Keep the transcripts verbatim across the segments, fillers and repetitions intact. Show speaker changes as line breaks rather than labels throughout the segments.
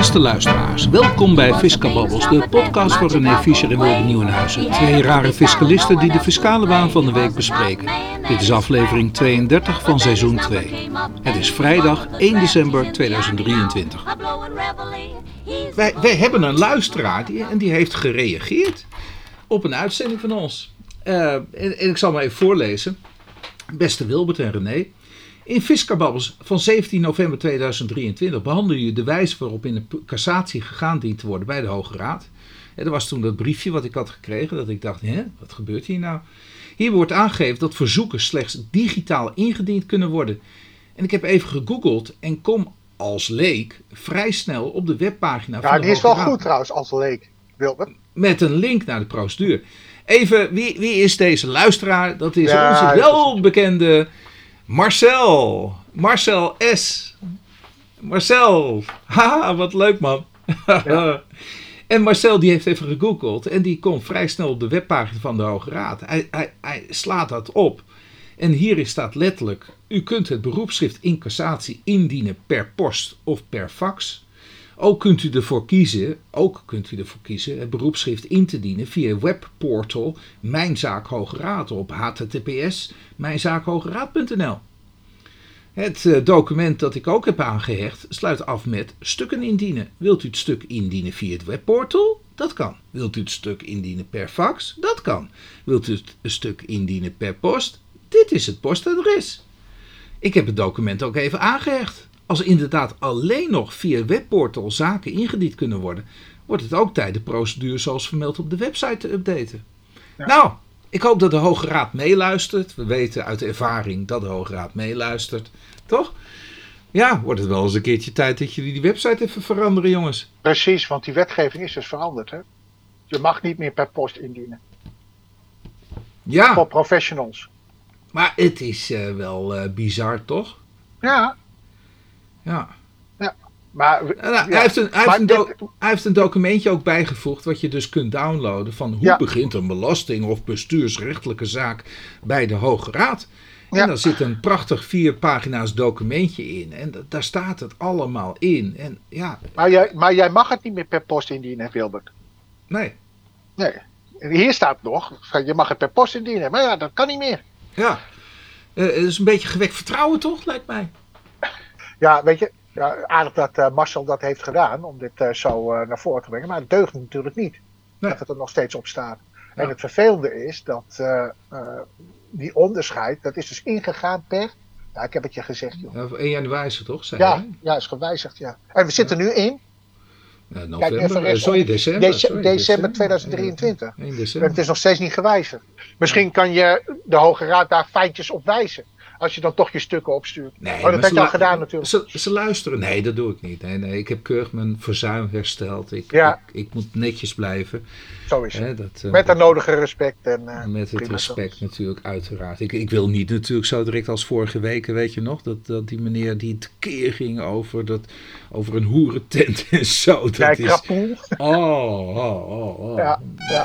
Beste luisteraars, welkom bij Fiscababbels, de podcast van René Fischer en Wilde Nieuwenhuizen. Twee rare fiscalisten die de fiscale waan van de week bespreken. Dit is aflevering tweeëndertig van seizoen twee. Het is vrijdag één december tweeduizend drieëntwintig. Wij, wij hebben een luisteraar die, en die heeft gereageerd op een uitzending van ons. Uh, en, en ik zal maar even voorlezen. Beste Wilbert en René. In Fiscababbels van zeventien november tweeduizend drieëntwintig behandelde je de wijze waarop in de cassatie gegaan dient te worden bij de Hoge Raad. En er was toen dat briefje wat ik had gekregen, dat ik dacht, hè, wat gebeurt hier nou? Hier wordt aangegeven dat verzoeken slechts digitaal ingediend kunnen worden. En ik heb even gegoogeld en kom als leek vrij snel op de webpagina
ja,
van de
die is
Hoge
wel
Raad.
goed trouwens, als leek, Wilbert.
Met een link naar de procedure. Even, wie, wie is deze luisteraar? Dat is
Ja,
onze
dat is-
welbekende Marcel. Marcel S. Marcel. Haha, wat leuk man.
Ja.
En Marcel die heeft even gegoogeld en die komt vrij snel op de webpagina van de Hoge Raad. Hij, hij, hij slaat dat op. En hierin staat letterlijk, u kunt het beroepsschrift in cassatie indienen per post of per fax. Ook kunt u ervoor kiezen, ook kunt u ervoor kiezen het beroepsschrift in te dienen via webportal Mijn Zaak Hoge Raad op h t t p s mijnzaakhogeraad punt n l. Het uh, document dat ik ook heb aangehecht sluit af met stukken indienen. Wilt u het stuk indienen via het webportal? Dat kan. Wilt u het stuk indienen per fax? Dat kan. Wilt u het stuk indienen per post? Dit is het postadres. Ik heb het document ook even aangehecht. Als inderdaad alleen nog via webportal zaken ingediend kunnen worden, wordt het ook tijd de procedure zoals vermeld op de website te updaten. Ja. Nou, ik hoop dat de Hoge Raad meeluistert. We weten uit ervaring dat de Hoge Raad meeluistert. Toch? Ja, wordt het wel eens een keertje tijd dat jullie die website even veranderen, jongens.
Precies, want die wetgeving is dus veranderd. Hè? Je mag niet meer per post indienen.
Ja,
Voor professionals.
maar het is uh, wel uh, bizar, toch?
Ja,
Ja.
maar...
Nou,
ja,
hij, heeft een, hij,
maar
heeft een do-
dit-
hij heeft een documentje ook bijgevoegd wat je dus kunt downloaden van hoe
Ja.
begint een belasting of bestuursrechtelijke zaak bij de Hoge Raad. En
Ja.
daar zit een prachtig vier pagina's documentje in en d- daar staat het allemaal in. En ja,
maar, jij, maar jij mag het niet meer per post indienen, Wilbert.
nee,
Nee. En hier staat nog, van, je mag het per post indienen. Maar ja, dat kan niet meer.
ja. Eh, het is een beetje gewekt vertrouwen toch, lijkt mij.
Ja, weet je, ja, aardig dat uh, Marcel dat heeft gedaan om dit uh, zo uh, naar voren te brengen. Maar het deugt natuurlijk niet
Nee.
dat het er nog steeds op staat.
Ja.
En het vervelende is dat uh, uh, die onderscheid, dat is dus ingegaan per... Ja, ik heb het je gezegd, joh.
Ja, voor één januari is het toch, zei
Ja,
hij?
ja, is gewijzigd, ja. En we zitten nu in
Ja,
Kijk
november,
even
eh,
rechts
sorry,
op.
december.
dece-
sorry,
december tweeduizend drieëntwintig.
één
en
december.
het is nog steeds niet gewijzigd. Misschien kan je de Hoge Raad daar feitjes op wijzen. Als je dan toch je stukken opstuurt.
Nee,
maar dat heb
ze
je al
lu-
gedaan natuurlijk.
Ze, ze luisteren. Nee, dat doe ik niet. Nee, nee, ik heb keurig mijn verzuim hersteld. Ik,
Ja.
ik, ik moet netjes blijven.
Zo is het.
Hè, dat, uh,
Met het nodige respect. En, uh,
met het
prima
respect
zo.
natuurlijk, uiteraard. Ik, ik wil niet natuurlijk zo direct als vorige weken, weet je nog, dat, dat die meneer die tekeer ging over, dat, over een hoerentent en zo. Dat
Ja,
is,
krapoel.
oh, oh, oh, oh.
Ja, ja.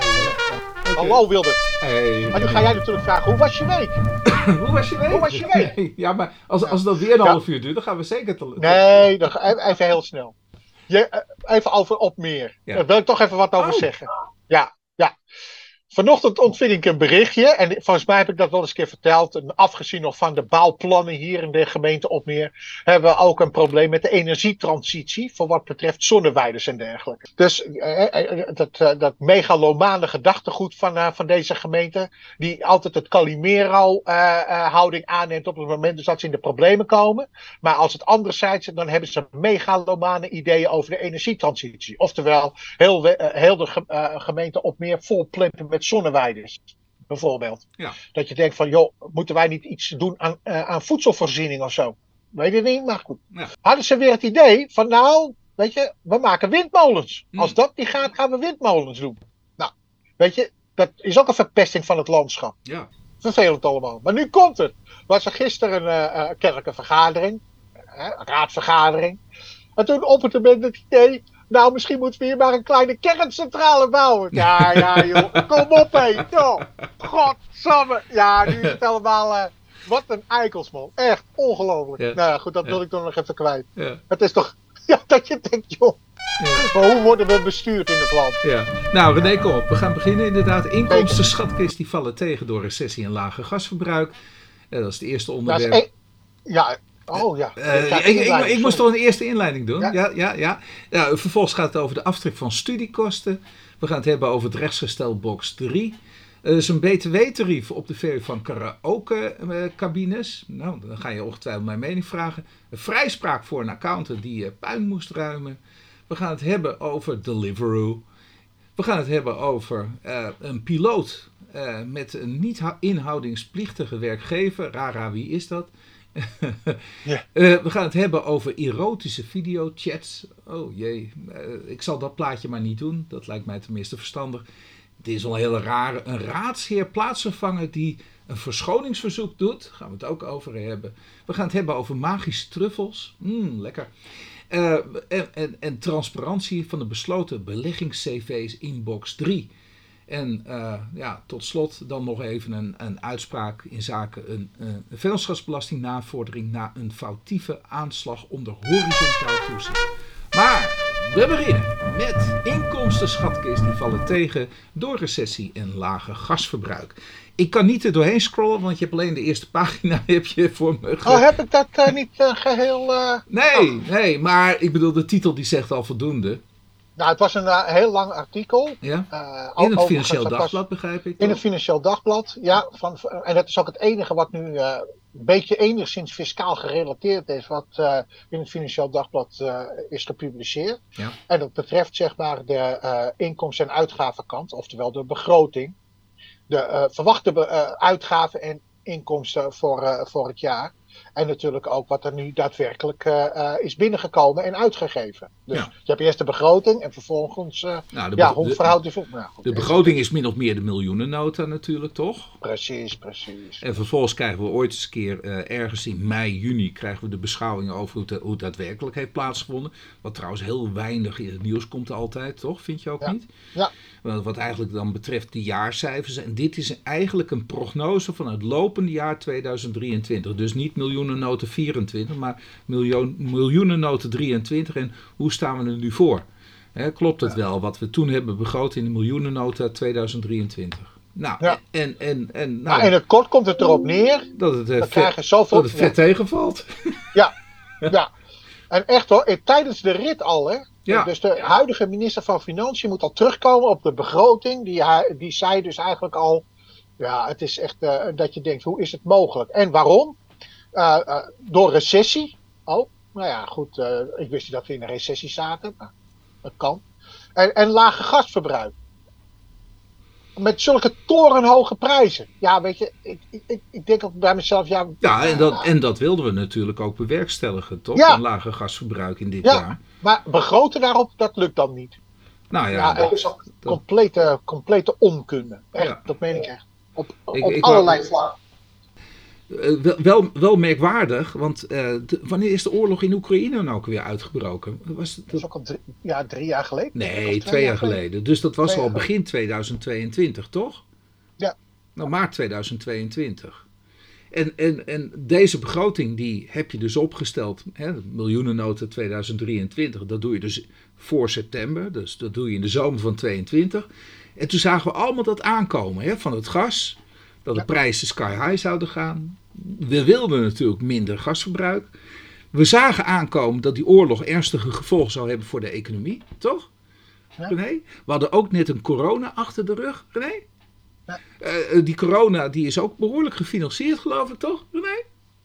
Hallo Wilbert.
Hey.
Maar nu ga jij natuurlijk vragen, hoe was je week?
Hoe was je week?
Hoe was je week?
Nee, ja, maar als, als het dan weer een
Ja.
half uur duurt, dan gaan we zeker te...
Nee, dan, ga- even heel snel. Je, uh, even over Opmeer.
Ja.
Daar wil ik toch even wat over
Oh.
zeggen. Ja, ja. Vanochtend ontving ik een berichtje. En volgens mij heb ik dat wel eens een keer verteld. En afgezien nog van de bouwplannen hier in de gemeente Opmeer. Hebben we ook een probleem met de energietransitie. Voor wat betreft zonneweiders en dergelijke. Dus eh, eh, dat, eh, dat megalomane gedachtegoed van, uh, van deze gemeente. Die altijd het Calimero uh, uh, houding aanneemt op het moment dus dat ze in de problemen komen. Maar als het anderzijds, dan hebben ze megalomane ideeën over de energietransitie. Oftewel, heel, we- uh, heel de ge- uh, gemeente Opmeer vol plempen met zonneweiders. Bijvoorbeeld.
Ja.
Dat je denkt van, joh, moeten wij niet iets doen aan, uh, aan voedselvoorziening of zo? Weet je niet, maar goed.
Ja.
Hadden ze weer het idee van, nou, weet je, we maken windmolens.
Hmm.
Als dat niet gaat, gaan we windmolens doen. Nou, weet je, dat is ook een verpesting van het landschap.
Ja.
Vervelend allemaal. Maar nu komt het. Was er gisteren een uh, uh, kerkelijke vergadering. Uh, een raadsvergadering. En toen opperde men het idee. Nou, misschien moeten we hier maar een kleine kerncentrale bouwen. Ja, ja, joh. Kom op, hé. Toch. Godsamme. Ja, nu is het allemaal... Uh, wat een eikels, man. Echt ongelooflijk.
Ja.
Nou ja, goed, dat wil
Ja.
ik dan nog even kwijt.
Ja.
Het is toch... Ja, dat je denkt, joh. Ja. Maar hoe worden we bestuurd in het land?
Ja. Nou René, kom op. We gaan beginnen inderdaad. Inkomsten, schatkist, die vallen tegen door recessie en lage gasverbruik. Uh, dat is het eerste onderwerp.
Dat is e- ja, oh ja.
Uh, ik, ik, ik, ik moest toch een eerste inleiding doen. Ja? Ja, ja, ja. Nou, vervolgens gaat het over de aftrek van studiekosten. We gaan het hebben over het rechtsgestel box drie. Er is een B T W-tarief op de verhuur van karaoke-cabines. Nou, dan ga je ongetwijfeld mijn mening vragen. Een vrijspraak voor een accountant die uh, puin moest ruimen. We gaan het hebben over Deliveroo. We gaan het hebben over uh, een piloot uh, met een niet inhoudingsplichtige werkgever. Rara, wie is dat? Ja. uh, we gaan het hebben over erotische videochats. Oh jee, uh, ik zal dat plaatje maar niet doen. Dat lijkt mij tenminste verstandig. Het is wel een hele rare, een raadsheer plaatsvervanger die een verschoningsverzoek doet. Daar gaan we het ook over hebben. We gaan het hebben over magische truffels. Mmm, lekker. Uh, en, en, en transparantie van de besloten beleggings-C V's in box drie. En uh, ja, tot slot dan nog even een, een uitspraak in zaken een, een vennootschapsbelastingnavordering na een foutieve aanslag onder horizontaal toezicht. Maar we beginnen met inkomsten, schatkist, die vallen tegen door recessie en lage gasverbruik. Ik kan niet er doorheen scrollen, want je hebt alleen de eerste pagina heb je voor me. Ge-
oh, heb ik dat uh, niet uh, geheel... Uh...
Nee, oh. nee, maar ik bedoel, de titel die zegt al voldoende.
Nou, het was een uh, heel lang artikel.
Ja? Uh, in het Financieel Dagblad, was, begrijp ik.
In toch? Het Financieel Dagblad, ja. Van, en dat is ook het enige wat nu uh, een beetje enigszins fiscaal gerelateerd is, wat uh, in het Financieel Dagblad uh, is gepubliceerd. Ja. En dat betreft zeg maar de uh, inkomsten- en uitgavenkant, oftewel de begroting. De uh, verwachte be- uh, uitgaven en inkomsten voor, uh, voor het jaar. En natuurlijk ook wat er nu daadwerkelijk uh, uh, is binnengekomen en uitgegeven. Dus ja. Je hebt eerst de begroting en vervolgens uh,
nou, de
ja, hoe verhoudt die... Nou, goed,
de begroting is min of meer de miljoenennota natuurlijk, toch?
Precies, precies.
En vervolgens krijgen we ooit eens een keer uh, ergens in mei, juni krijgen we de beschouwingen over hoe het, hoe het daadwerkelijk heeft plaatsgevonden. Wat trouwens heel weinig in het nieuws komt altijd, toch? Vind je ook
ja.
niet?
Ja.
Wat eigenlijk dan betreft de jaarcijfers. En dit is eigenlijk een prognose van het lopende jaar tweeduizend drieëntwintig. Dus niet miljoenennota vierentwintig, maar miljoen, miljoenennota drieëntwintig. En hoe staan we er nu voor? He, klopt het ja. wel wat we toen hebben begroot in de miljoenennota tweeduizend drieëntwintig? Nou, ja. en, en, en, nou,
nou, in het kort komt het erop neer
dat het, uh,
vet,
krijgen
zoveel,
dat het vet ja. tegenvalt.
Ja, ja. En echt hoor, tijdens de rit al hè.
Ja.
Dus de huidige minister van Financiën moet al terugkomen op de begroting. Die, die zei dus eigenlijk al, ja, het is echt uh, dat je denkt, hoe is het mogelijk? En waarom? Uh, uh, door recessie. Oh, nou ja, goed, uh, ik wist niet dat we in een recessie zaten, maar dat kan. En, en lage gasverbruik. Met zulke torenhoge prijzen. Ja, weet je, ik, ik, ik denk ook bij mezelf, ja...
Ja, en dat, en dat wilden we natuurlijk ook bewerkstelligen, toch? Ja. Een lager gasverbruik in dit
ja,
jaar.
Maar begroten daarop, dat lukt dan niet.
Nou ja,
ja
dat,
het is ook dat, complete, complete onkunde. Echt, ja. Dat meen ik echt. Op,
ik,
op
ik
allerlei vlakken.
Uh, wel, wel, wel merkwaardig, want uh, de, wanneer is de oorlog in Oekraïne nou ook weer uitgebroken? Was het,
dat is ook al drie, ja, drie jaar geleden?
Nee, twee, twee jaar geleden. geleden. Dus dat was al begin tweeduizend tweeëntwintig, toch?
Ja.
Nou, maart tweeduizend tweeëntwintig. En, en, en deze begroting die heb je dus opgesteld, hè, de miljoenennota tweeduizend drieëntwintig, dat doe je dus voor september, dus dat doe je in de zomer van tweeëntwintig. En toen zagen we allemaal dat aankomen, hè, van het gas, dat de ja. prijzen sky high zouden gaan. We wilden natuurlijk minder gasverbruik. We zagen aankomen dat die oorlog ernstige gevolgen zou hebben voor de economie, toch? Ja. René? We hadden ook net een corona achter de rug, René? Ja. Uh, die corona die is ook behoorlijk gefinancierd, geloof ik, toch, René?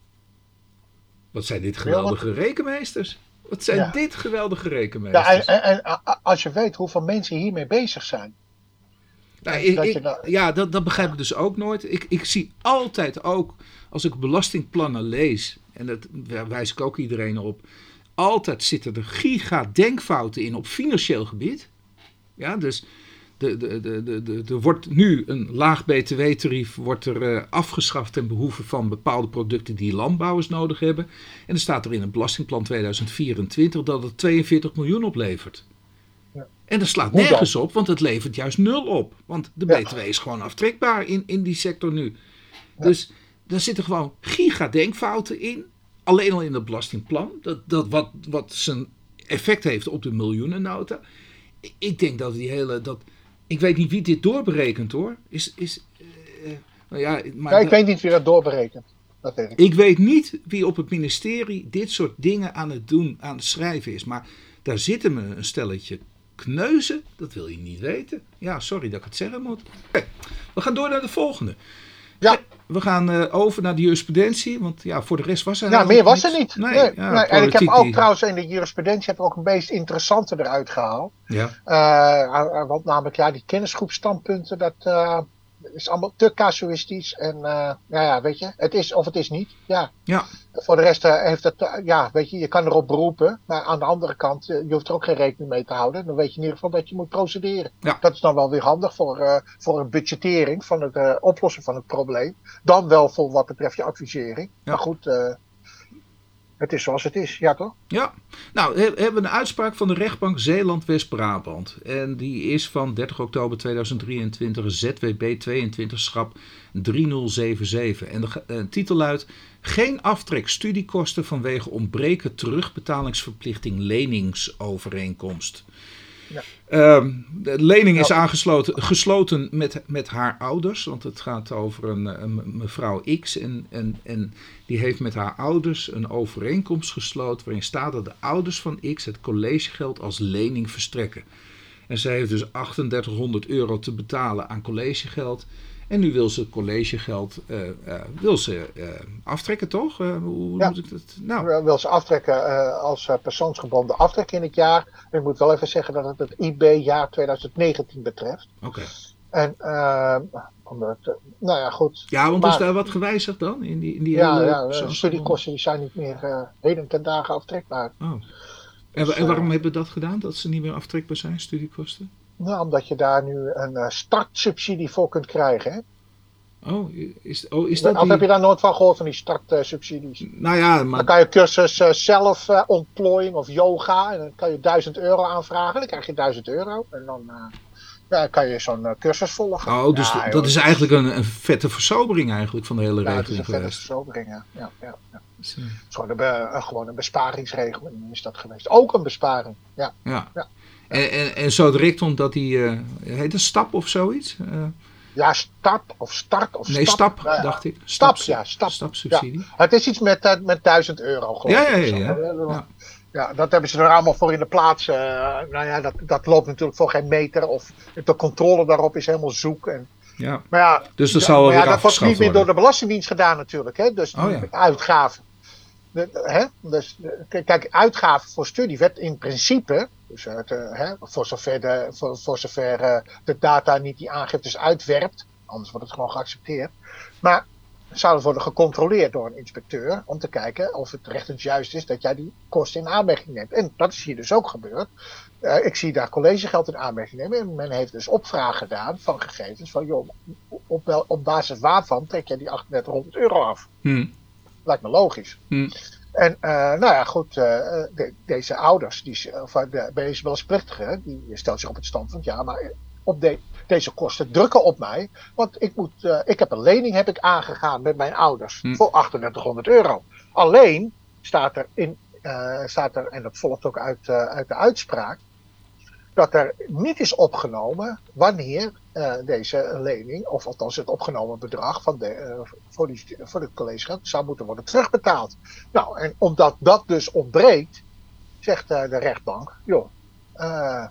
Wat zijn dit geweldige rekenmeesters? Wat zijn ja. dit geweldige rekenmeesters?
Ja, en, en, en als je weet hoeveel mensen hiermee bezig zijn.
Nou, ik, dat ik, dat... Ja, dat, dat begrijp ik dus ook nooit. Ik, ik zie altijd ook, als ik belastingplannen lees, en dat wijs ik ook iedereen op, altijd zitten er giga denkfouten in op financieel gebied. Ja, dus de, de, de, de, de, er wordt nu een laag B T W-tarief wordt er uh, afgeschaft ten behoeve van bepaalde producten die landbouwers nodig hebben. En er staat er in het belastingplan tweeduizend vierentwintig dat het tweeënveertig miljoen oplevert. Ja. En dat slaat nergens op, want het levert juist nul op. Want de B T W is gewoon aftrekbaar in, in die sector nu. Ja. Dus daar zitten gewoon giga denkfouten in. Alleen al in het belastingplan. Dat, dat wat, wat zijn effect heeft op de miljoenennota. Ik denk dat die hele... Dat, ik weet niet wie dit doorberekent hoor. Is, is, uh, nou ja, maar
ja, ik weet niet wie dat doorberekent. Dat weet ik.
ik weet niet wie op het ministerie dit soort dingen aan het doen, aan het schrijven is. Maar daar zitten me een stelletje kneuzen. Dat wil je niet weten. Ja, sorry dat ik het zeggen moet. Okay, we gaan door naar de volgende.
Ja.
We gaan uh, over naar de jurisprudentie. Want ja, voor de rest was er
Ja, meer was er niet.
Nee,
nee,
ja,
nee. En ik heb ook
die...
trouwens in de jurisprudentie heb ik ook een meest interessante eruit gehaald.
Ja.
Uh, want namelijk, ja, die kennisgroepstandpunten, dat uh, is allemaal te casuïstisch. En uh, ja, ja, weet je, het is of het is niet. Ja.
Ja.
Voor de rest uh, heeft het, uh, ja, weet je, je kan erop beroepen. Maar aan de andere kant, uh, je hoeft er ook geen rekening mee te houden. Dan weet je in ieder geval dat je moet procederen.
Ja.
Dat is dan wel weer handig voor, uh, voor een budgettering van het uh, oplossen van het probleem. Dan wel voor wat betreft je advisering. Ja. Maar goed, uh, het is zoals het is, ja toch?
Ja, nou we hebben een uitspraak van de rechtbank Zeeland-West-Brabant. En die is van dertig oktober tweeduizend drieëntwintig, Z W B tweeëntwintig, schrap drie nul zeven zeven. En de uh, titel luidt: geen aftrek studiekosten vanwege ontbreken terugbetalingsverplichting leningsovereenkomst. Ja. Um, de lening is aangesloten, gesloten met, met haar ouders, want het gaat over een, een mevrouw X en, en, en die heeft met haar ouders een overeenkomst gesloten waarin staat dat de ouders van X het collegegeld als lening verstrekken. En zij heeft dus achtendertighonderd euro te betalen aan collegegeld. En nu wil ze het collegegeld uh, uh, wil ze, uh, aftrekken, toch? Uh, hoe
ja.
moet ik dat? Nou.
Wil ze aftrekken uh, als uh, persoonsgebonden aftrek in het jaar. Ik moet wel even zeggen dat het het I B-jaar tweeduizend negentien betreft.
Oké. Okay.
En, uh, omdat, uh, nou ja, goed.
Ja, want
maar,
is daar wat gewijzigd dan? In die, in die
ja,
hele
ja, de studiekosten die zijn niet meer uh, heden ten dagen aftrekbaar.
Oh. En, dus, en waarom uh, hebben we dat gedaan? Dat ze niet meer aftrekbaar zijn, studiekosten?
Nou, omdat je daar nu een uh, startsubsidie voor kunt krijgen, hè?
Oh, is, oh, is dat
Of
die...
heb je daar nooit van gehoord, van die startsubsidies? Uh,
nou ja, maar...
Dan kan je cursus uh, zelfontplooiing uh, of yoga. En dan kan je duizend euro aanvragen. Dan krijg je duizend euro. En dan uh, ja, kan je zo'n uh, cursus volgen.
Oh, dus
ja,
dat
joh,
is eigenlijk een, een vette versobering eigenlijk van de hele
ja,
regeling
geweest. Ja, het is een
geweest.
vette versobering, ja. ja, ja, ja.
Dus,
uh... Het is gewoon een, be- uh, gewoon een besparingsregeling is dat geweest. Ook een besparing, ja.
Ja.
ja.
En, en, en zo direct omdat die, uh, heet het stap of zoiets? Uh,
Ja, start of start of
nee,
stap.
stap, uh, dacht ik.
Stap, stap ja, stap.
Stapsubsidie.
Ja. Het is iets met, uh, met duizend euro, geloof
ja,
ik.
Ja, ja,
ja.
ja.
Ja, dat hebben ze er allemaal voor in de plaats. Uh, nou ja, dat, dat loopt natuurlijk voor geen meter. Of de controle daarop is helemaal zoek. En,
ja.
Maar ja,
dus dat zal
maar ja, dat wordt niet meer
worden.
door de Belastingdienst gedaan natuurlijk. Hè? Dus
oh, ja.
uitgaven. De, hè? Dus, kijk, uitgaven voor studie werd in principe, dus het, uh, hè, voor zover, de, voor, voor zover uh, de data niet die aangiftes uitwerpt, anders wordt het gewoon geaccepteerd, maar zouden worden gecontroleerd door een inspecteur om te kijken of het rechtens juist is dat jij die kosten in aanmerking neemt. En dat is hier dus ook gebeurd. Uh, ik zie daar collegegeld in aanmerking nemen en men heeft dus opvraag gedaan van gegevens van joh, op, wel, op basis waarvan trek jij die achtendertighonderd euro af.
Hmm.
Lijkt me logisch.
Hmm.
En uh, nou ja, goed, uh, de, deze ouders, die, of de bezigwelsplichtige, die stelt zich op het standpunt, ja, maar op de, deze kosten drukken op mij, want ik, moet, uh, ik heb een lening heb ik aangegaan met mijn ouders hmm. voor achtendertighonderd euro. Alleen staat er, in, uh, staat er en dat volgt ook uit, uh, uit de uitspraak, dat er niet is opgenomen wanneer uh, deze lening, of althans het opgenomen bedrag van de, uh, voor, die, voor het collegegeld zou moeten worden terugbetaald. Nou, en omdat dat dus ontbreekt, zegt uh, de rechtbank, joh, uh,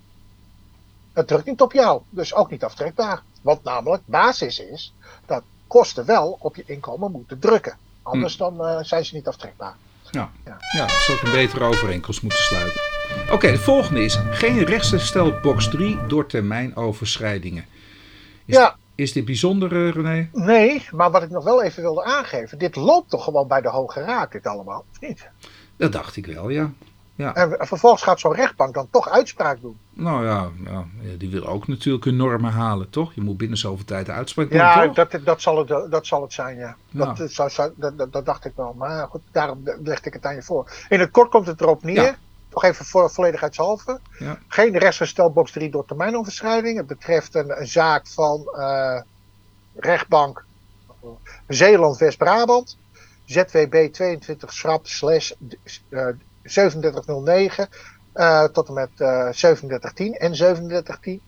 het drukt niet op jou, dus ook niet aftrekbaar. Want namelijk, basis is dat kosten wel op je inkomen moeten drukken. Anders hm. dan uh, zijn ze niet aftrekbaar.
Ja, ja. ja dat zou ook een betere overeenkomst moeten sluiten. Oké, okay, de volgende is geen rechtsherstel box drie door termijnoverschrijdingen. Is,
ja.
is dit bijzonder, uh, René?
Nee, maar wat ik nog wel even wilde aangeven. Dit loopt toch gewoon bij de Hoge Raad, dit allemaal, of niet?
Dat dacht ik wel, ja. ja.
En vervolgens gaat zo'n rechtbank dan toch uitspraak doen.
Nou ja, ja, die wil ook natuurlijk hun normen halen, toch? Je moet binnen zoveel tijd de uitspraak doen,
ja,
toch?
dat, dat, zal het, dat zal het zijn, ja.
ja.
Dat, dat, dat, dat dacht ik wel. Maar goed, daarom legde ik het aan je voor. In het kort komt het erop neer. Ja. Nog even voor volledigheidshalve.
Ja.
Geen rechtsherstel box drie door termijnoverschrijding. Het betreft een, een zaak van uh, rechtbank Zeeland-West-Brabant. Z W B tweeëntwintig schrap slash zevenendertig nul negen. uh, tot en met uh, zevenendertig tien en zevenendertig tien.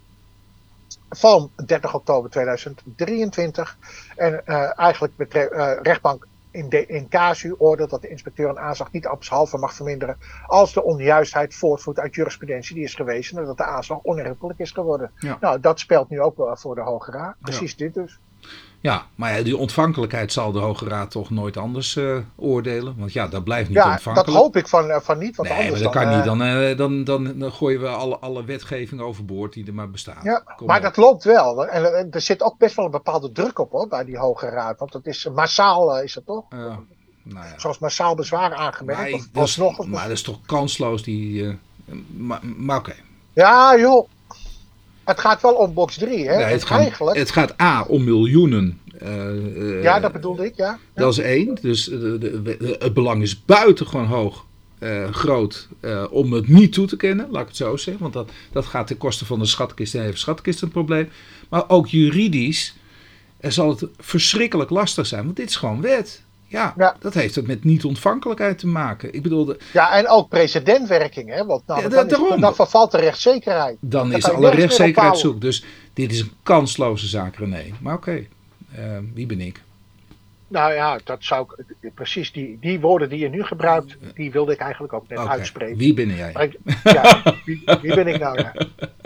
Van dertig oktober tweeduizend drieëntwintig. En uh, eigenlijk betreft uh, rechtbank in, de, in casu oordeelt dat de inspecteur een aanslag niet ambtshalve mag verminderen als de onjuistheid voortvloeit uit jurisprudentie die is gewezen en dat de aanslag onherroepelijk is geworden. Ja. Nou, dat speelt nu ook wel voor de Hoge Raad. Precies ja. dit dus.
Ja, maar ja, die ontvankelijkheid zal de Hoge Raad toch nooit anders uh, oordelen? Want ja, dat blijft niet
ja,
ontvankelijk.
Dat hoop ik van, uh, van niet. Want
nee,
anders
maar dat
dan,
kan
uh,
niet. Dan, uh, dan, dan, dan gooien we alle, alle wetgeving overboord die er maar bestaat.
Ja,
Kom
maar
op.
dat loopt wel. En uh, er zit ook best wel een bepaalde druk op hoor, bij die Hoge Raad. Want het is massaal, uh, is het toch?
Uh, nou ja.
Zoals massaal bezwaar aangemerkt.
Maar,
of
dat is,
alsnog,
maar dat is toch kansloos die... Uh, maar maar oké. Okay.
Ja joh. Het gaat wel om box drie hè.
Nee, het, gaat,
eigenlijk...
het gaat A om miljoenen. Uh, uh,
ja, dat bedoelde ik, ja.
Dat is één. Dus de, de, de, het belang is buitengewoon hoog, uh, groot, uh, om het niet toe te kennen, laat ik het zo zeggen. Want dat, dat gaat ten koste van de schatkist en heeft schatkist een probleem. Maar ook juridisch uh, zal het verschrikkelijk lastig zijn, want dit is gewoon wet. Ja, ja. Dat heeft het met niet-ontvankelijkheid te maken. Ik bedoel de...
Ja, en ook precedentwerking, hè? Want nou,
ja,
dan,
dat,
is, dan vervalt de rechtszekerheid.
Dan, dan is alle rechtszekerheid zoek. Dus dit is een kansloze zaak, René. Maar oké, okay. uh, wie ben ik?
Nou ja, dat zou ik, precies die, die woorden die je nu gebruikt, die wilde ik eigenlijk ook net
okay.
uitspreken.
Wie ben jij?
Ik, ja, wie, wie ben ik nou? Ja.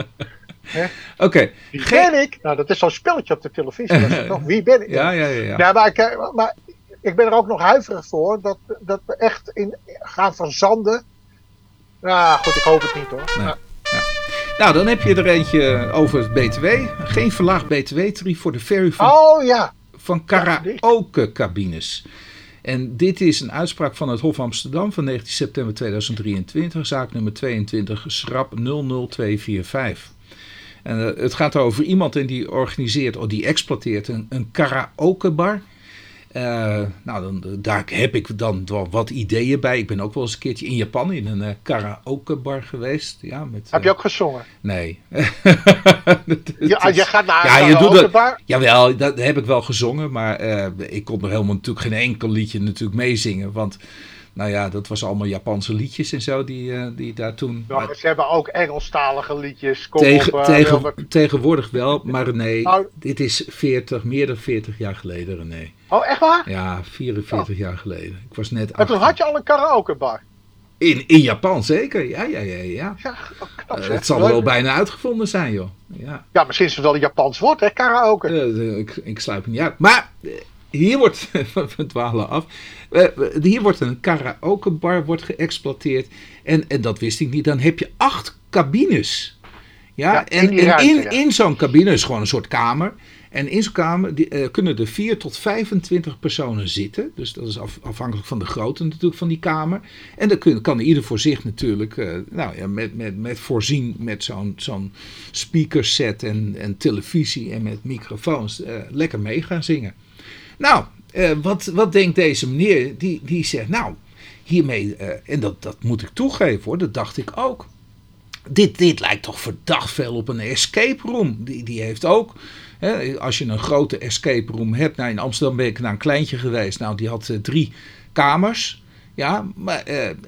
Oké. Okay.
Wie Ge- ben ik? Nou, dat is zo'n spelletje op de televisie. Dat is toch, wie ben ik?
Ja, ja, ja. ja.
ja maar, ik, maar ik ben er ook nog huiverig voor dat, dat we echt in gaan verzanden. Nou goed, ik hoop het niet hoor.
Nee.
Ja.
Ja. Nou, dan heb je er eentje over het B T W. Geen verlaagd B T W-tarief voor de verhuur van,
oh, ja.
van karaoke-cabines. En dit is een uitspraak van het Hof Amsterdam van negentien september tweeduizend drieëntwintig, zaak nummer tweeëntwintig, schrap nul nul twee vier vijf. En uh, het gaat over iemand en die organiseert of die exploiteert een, een karaokebar. Uh, nou, dan, daar heb ik dan wel wat ideeën bij. Ik ben ook wel eens een keertje in Japan in een uh, karaokebar geweest. Ja, met, uh...
Heb je ook gezongen?
Nee.
ja, je gaat naar
ja,
een
je doet
karaokebar?
Dat, jawel, dat heb ik wel gezongen. Maar uh, ik kon er helemaal natuurlijk geen enkel liedje natuurlijk meezingen. Want nou ja, dat was allemaal Japanse liedjes en zo die, uh, die daar toen...
Ja, maar ze hebben ook Engelstalige liedjes. Kom
tegen,
op, uh,
tegen,
Wilbert.
Tegenwoordig wel, maar René,
oh.
dit is veertig, meer dan veertig jaar geleden, René.
Oh, echt waar?
Ja, vierenveertig oh. jaar geleden. Ik was net
en toen had je al een karaokebar?
In, in Japan zeker, ja, ja, ja. ja.
ja knap,
uh, het zal wel bijna uitgevonden zijn, joh. Ja,
ja misschien is het wel een Japans woord, hè, karaoke.
Uh, uh, ik, ik sluip het niet uit. Maar uh, hier wordt, we dwalen af, uh, hier wordt een karaokebar wordt geëxploiteerd. En, en dat wist ik niet. Dan heb je acht cabines. Ja, ja en, in, en ruimte, in, ja. in zo'n cabine is gewoon een soort kamer. En in zo'n kamer die, uh, kunnen er vier tot vijfentwintig personen zitten. Dus dat is af, afhankelijk van de grootte natuurlijk van die kamer. En dan kun, kan ieder voor zich natuurlijk, uh, nou ja, met, met, met voorzien met zo'n, zo'n speakerset en, en televisie en met microfoons uh, lekker mee gaan zingen. Nou, uh, wat, wat denkt deze meneer? Die, die zegt, nou, hiermee, uh, en dat, dat moet ik toegeven hoor, dat dacht ik ook. Dit, dit lijkt toch verdacht veel op een escape room. Die, die heeft ook... He, als je een grote escape room hebt, nou in Amsterdam ben ik naar een kleintje geweest, nou die had uh, drie kamers, ja, maar uh, uh,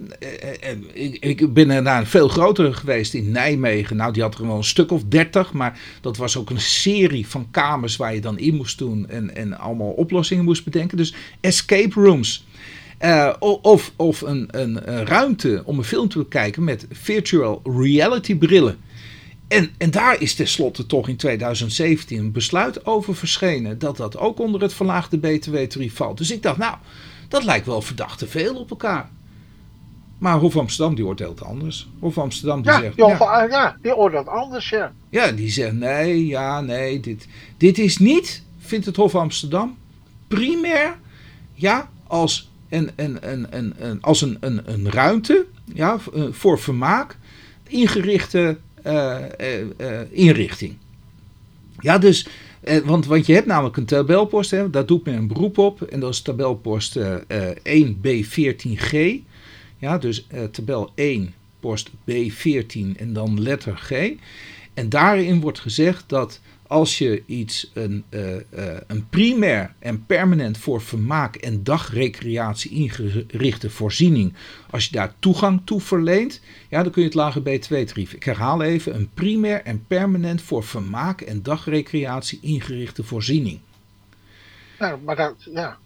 uh, uh, ik, ik ben er naar een veel grotere geweest in Nijmegen, nou die had er wel een stuk of dertig, maar dat was ook een serie van kamers waar je dan in moest doen en, en allemaal oplossingen moest bedenken, dus escape rooms. Uh, of of een, een, een ruimte om een film te bekijken met virtual reality brillen. En, en daar is tenslotte toch in tweeduizend zeventien een besluit over verschenen dat dat ook onder het verlaagde B T W-tarief valt. Dus ik dacht, nou, dat lijkt wel verdacht te veel op elkaar. Maar Hof Amsterdam die oordeelt anders. Hof Amsterdam die
ja,
zegt...
joh,
ja,
ja, die oordeelt anders, ja.
Ja, die zegt nee, ja, nee, dit, dit is niet, vindt het Hof Amsterdam, primair, ja, als een, een, een, een, een, als een, een, een ruimte, ja, voor vermaak, ingerichte... Uh, uh, uh, inrichting. Ja, dus, uh, want, want je hebt namelijk een tabelpost, hè, daar doet men een beroep op, en dat is tabelpost uh, uh, één B veertien G. Ja, dus uh, tabel één, post B veertien en dan letter G. En daarin wordt gezegd dat als je iets een, uh, uh, een primair en permanent voor vermaak en dagrecreatie ingerichte voorziening, als je daar toegang toe verleent, ja, dan kun je het lage B twee tarief. Ik herhaal even, een primair en permanent voor vermaak en dagrecreatie ingerichte voorziening.
Nou, maar dat, ja.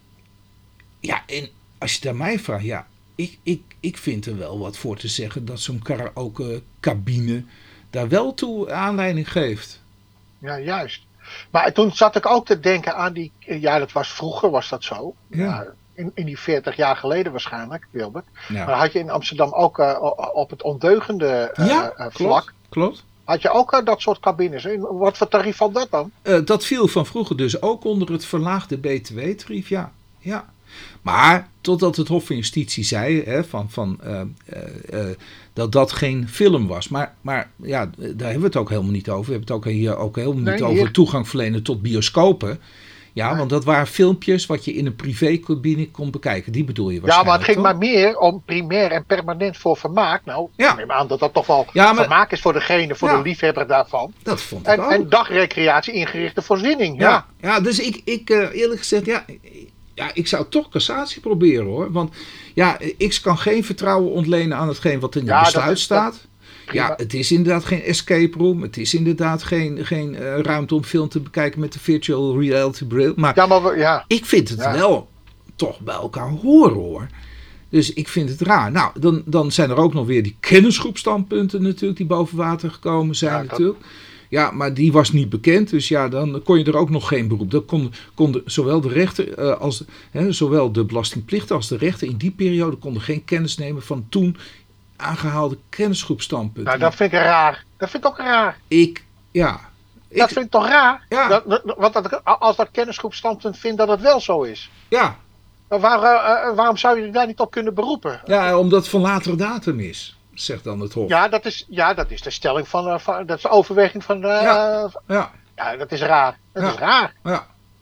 Ja, en als je het aan mij vraagt, ja, ik, ik, ik vind er wel wat voor te zeggen dat zo'n karaoke cabine daar wel toe aanleiding geeft.
Ja, juist. Maar toen zat ik ook te denken aan die, ja, dat was vroeger was dat zo.
Ja.
Ja, in, in die veertig jaar geleden waarschijnlijk, Wilbert.
Ja.
Maar had je in Amsterdam ook uh, op het ondeugende uh,
ja,
uh,
klopt,
vlak,
klopt.
had je ook uh, dat soort cabines. Wat voor tarief valt dat dan?
Uh, dat viel van vroeger dus ook onder het verlaagde B twee tarief, ja. ja. Maar totdat het Hof van Justitie zei hè, van, van, uh, uh, uh, dat dat geen film was. Maar, maar ja, daar hebben we het ook helemaal niet over. We hebben het ook hier ook helemaal niet
nee,
over
hier.
toegang verlenen tot bioscopen. Ja, nee. Want dat waren filmpjes wat je in een privécabine kon bekijken. Die bedoel je waarschijnlijk.
Ja, maar het ging
toch?
maar meer om primair en permanent voor vermaak. Nou,
ja.
ik neem aan dat dat toch wel
ja, maar,
vermaak is voor degene, voor
ja.
de liefhebber daarvan.
Dat vond ik
en,
ook.
En dagrecreatie ingerichte voorziening, ja.
Ja, ja dus ik, ik uh, eerlijk gezegd, ja... Ja, ik zou toch cassatie proberen hoor. Want ja, ik kan geen vertrouwen ontlenen aan hetgeen wat in het ja, besluit is, staat. Dat, ja, het is inderdaad geen escape room. Het is inderdaad geen, geen uh, ruimte om film te bekijken met de virtual reality bril. Maar,
ja, maar we, ja.
ik vind het ja. wel toch bij elkaar horen hoor. Dus ik vind het raar. Nou, dan, dan zijn er ook nog weer die kennisgroepstandpunten natuurlijk die boven water gekomen zijn ja, natuurlijk. Dat... Ja, maar die was niet bekend, dus ja, dan kon je er ook nog geen beroep. Dan kon, kon de, zowel de rechter uh, als hè, zowel de belastingplichtige als de rechter in die periode konden geen kennis nemen van toen aangehaalde kennisgroepstandpunten.
Nou, dat vind ik raar. Dat vind ik ook raar.
Ik, ja. Ik,
dat vind ik toch raar?
Ja.
Dat, dat, want dat, als dat kennisgroepstandpunt vindt dat het wel zo is.
Ja.
Maar waar, uh, waarom zou je daar niet op kunnen beroepen?
Ja, omdat het van latere datum is. Zegt dan het Hof.
Ja, dat is, ja, dat is de stelling van, uh, van dat is de overweging van. Uh,
ja. Ja.
ja, dat is raar. Dat
ja.
is raar.
Ja.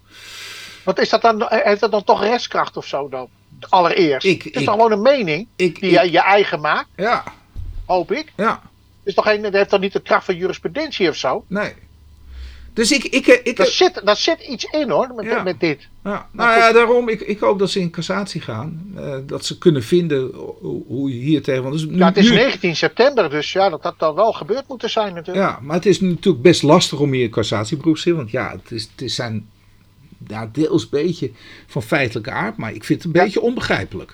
Wat is dat dan? Heeft dat dan toch rechtskracht of zo dan? Allereerst.
Ik,
het is
ik,
toch gewoon een mening
ik,
die
ik,
je je eigen maakt?
Ja.
Hoop ik.
Ja.
Is toch geen, dat heeft toch niet de kracht van jurisprudentie of zo?
Nee. Dus ik... ik, ik
daar, zit, daar zit iets in hoor, met,
ja.
met dit.
Ja. Nou ja, daarom, ik, ik hoop dat ze in cassatie gaan. Uh, dat ze kunnen vinden hoe, hoe je hier tegen... Want dus nu,
ja, het is
nu,
negentien september, dus ja, dat had dan wel gebeurd moeten zijn natuurlijk.
Ja, maar het is natuurlijk best lastig om hier een cassatieberoep te zien. Want ja, het, is, het is zijn ja, deels een beetje van feitelijke aard. Maar ik vind het een ja. beetje onbegrijpelijk.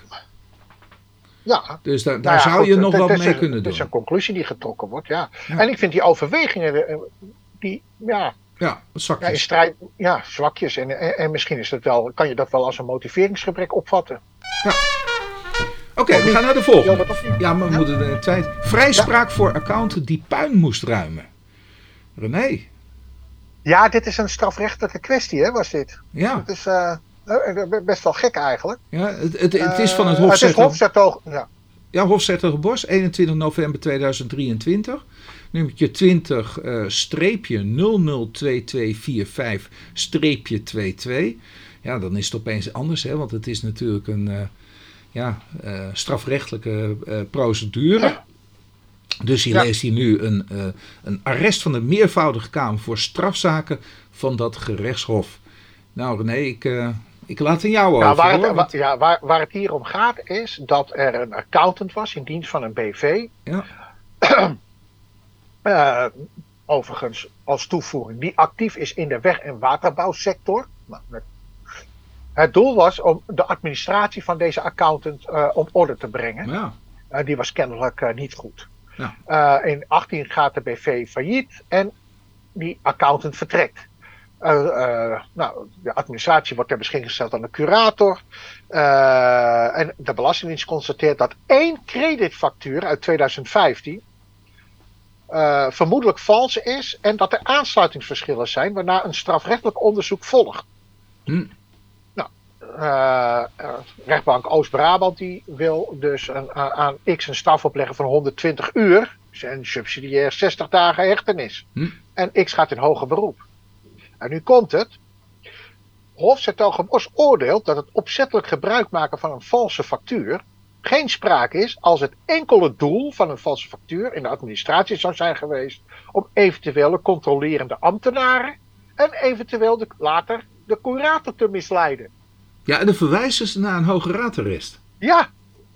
Ja.
Dus daar,
nou
daar
ja,
zou
goed,
je nog
het,
wat
het
mee
een,
kunnen doen.
Het is een conclusie die getrokken wordt, ja.
ja.
En ik vind die overwegingen, die, ja...
Ja, zwakjes.
Ja, in strijd, ja, zwakjes. En, en, en misschien is het wel, kan je dat wel als een motiveringsgebrek opvatten.
Ja. Oké, okay, we gaan naar de volgende.
Ja,
ja maar we ja. moeten de tijd... Vrijspraak ja. voor accountant die puin moest ruimen. René.
Ja, dit is een strafrechtelijke kwestie, hè, was dit.
Ja.
Het is uh, best wel gek eigenlijk.
Ja, het, het, het is van het
uh, Hofzertoog. Ja.
Ja, Hofzertogenbosch, eenentwintig november tweeduizend drieëntwintig. Nummertje twintig nul nul twee twee vier vijf tweeëntwintig. Ja, dan is het opeens anders, hè, want het is natuurlijk een uh, ja, uh, strafrechtelijke uh, procedure. Ja. Dus je ja. leest hier nu een, uh, een arrest van de meervoudige Kamer voor strafzaken van dat gerechtshof. Nou René, ik, uh, ik laat het aan jou
nou,
over.
Waar het,
hoor, want...
ja, waar, waar het hier om gaat is dat er een accountant was in dienst van een B V.
Ja.
Uh, overigens als toevoeging die actief is in de weg- en waterbouwsector. Het doel was om de administratie van deze accountant uh, op orde te brengen.
Ja.
Uh, die was kennelijk uh, niet goed.
Ja.
Uh, in achttien gaat de B V failliet en die accountant vertrekt. Uh, uh, nou, de administratie wordt ter beschikking gesteld aan de curator. Uh, en de Belastingdienst constateert dat één creditfactuur uit tweeduizend vijftien uh, vermoedelijk vals is en dat er aansluitingsverschillen zijn waarna een strafrechtelijk onderzoek volgt.
Hm.
Nou, uh, uh, rechtbank Oost-Brabant die wil dus een, uh, aan X een straf opleggen van honderdtwintig uur en subsidiair zestig dagen hechtenis.
Hm.
En X gaat in hoger beroep. En nu komt het. Hofzertogenbosch oordeelt dat het opzettelijk gebruik maken van een valse factuur geen sprake is als het enkele doel van een valse factuur in de administratie zou zijn geweest om eventuele controlerende ambtenaren en eventueel de, later de curator te misleiden.
Ja, en dan verwijzen ze naar een hoge raadarrest.
Ja.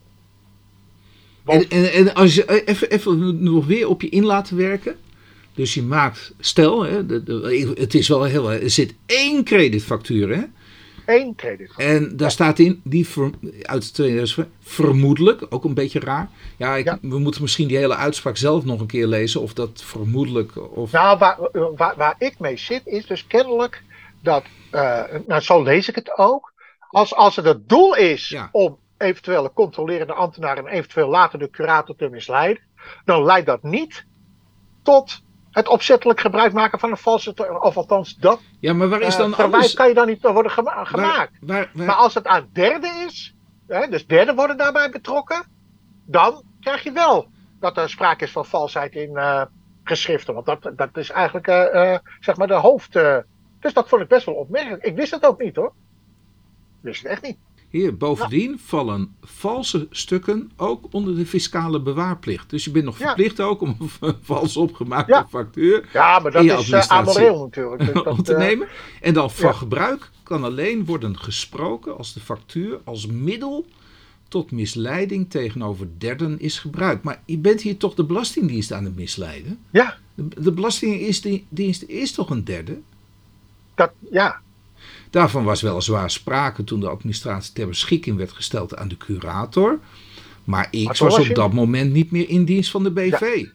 En, en, en als je even, even nog weer op je in laten werken. Dus je maakt, stel, hè, de, de, het is wel heel, er zit één creditfactuur, hè?
Eén creditfactuur.
En daar ja. staat in, die ver, uit tweeduizend, vermoedelijk, ook een beetje raar. Ja, ik, ja, we moeten misschien die hele uitspraak zelf nog een keer lezen, of dat vermoedelijk... Of...
Nou, waar, waar, waar ik mee zit, is dus kennelijk dat, uh, nou zo lees ik het ook, als, als het het doel is ja. om eventuele controlerende ambtenaar en eventueel later de curator te misleiden, dan leidt dat niet tot het opzettelijk gebruik maken van een valse, of althans dat
ja, maar waar is dan
uh, verwijt kan je dan niet worden gema- gemaakt.
Waar, waar, waar...
Maar als het aan derden is, hè, dus derden worden daarbij betrokken, dan krijg je wel dat er sprake is van valsheid in uh, geschriften. Want dat, dat is eigenlijk uh, uh, zeg maar de hoofd. Uh, dus dat vond ik best wel opmerkelijk. Ik wist het ook niet hoor. Ik wist het echt niet.
Hier, bovendien ja. vallen valse stukken ook onder de fiscale bewaarplicht. Dus je bent nog verplicht ja. ook om een vals opgemaakte ja. factuur...
Ja, maar dat is uh, amoreel natuurlijk. Dus dat,
om te uh, nemen. En dan van ja. gebruik kan alleen worden gesproken als de factuur als middel tot misleiding tegenover derden is gebruikt. Maar je bent hier toch de Belastingdienst aan het misleiden?
Ja.
De, de Belastingdienst is toch een derde?
Dat, ja.
Daarvan was weliswaar sprake toen de administratie ter beschikking werd gesteld aan de curator. Maar X was, was op je... dat moment niet meer in dienst van de B V. Ja,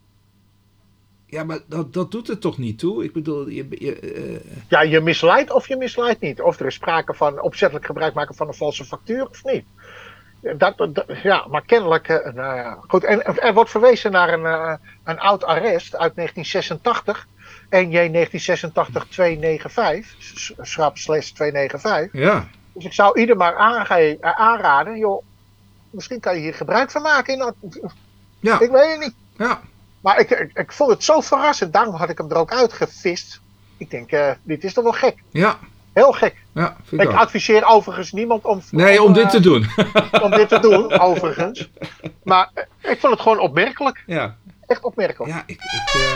ja maar dat, dat doet het toch niet toe? Ik bedoel, je... je uh...
Ja, je misleidt of je misleidt niet. Of er is sprake van opzettelijk gebruik maken van een valse factuur of niet. Dat, dat, ja, maar kennelijk... Uh, nou ja, goed. En er wordt verwezen naar een, uh, een oud arrest uit negentien zesentachtig... N J negentien zesentachtig tweehonderdvijfennegenenvijftig, schrap slash tweehonderdnegenenvijftig.
Ja.
Dus ik zou ieder maar aange- aanraden, joh, misschien kan je hier gebruik van maken. In,
ja.
Ik weet het niet.
Ja.
Maar ik, ik, ik vond het zo verrassend, daarom had ik hem er ook uitgevist. Ik denk, uh, dit is toch wel gek.
Ja.
Heel gek.
Ja,
ik ik adviseer overigens niemand om...
Nee, om, om dit uh, te doen.
om dit te doen, overigens. Maar uh, ik vond het gewoon opmerkelijk.
Ja.
Echt opmerkelijk.
Ja, ik... ik uh...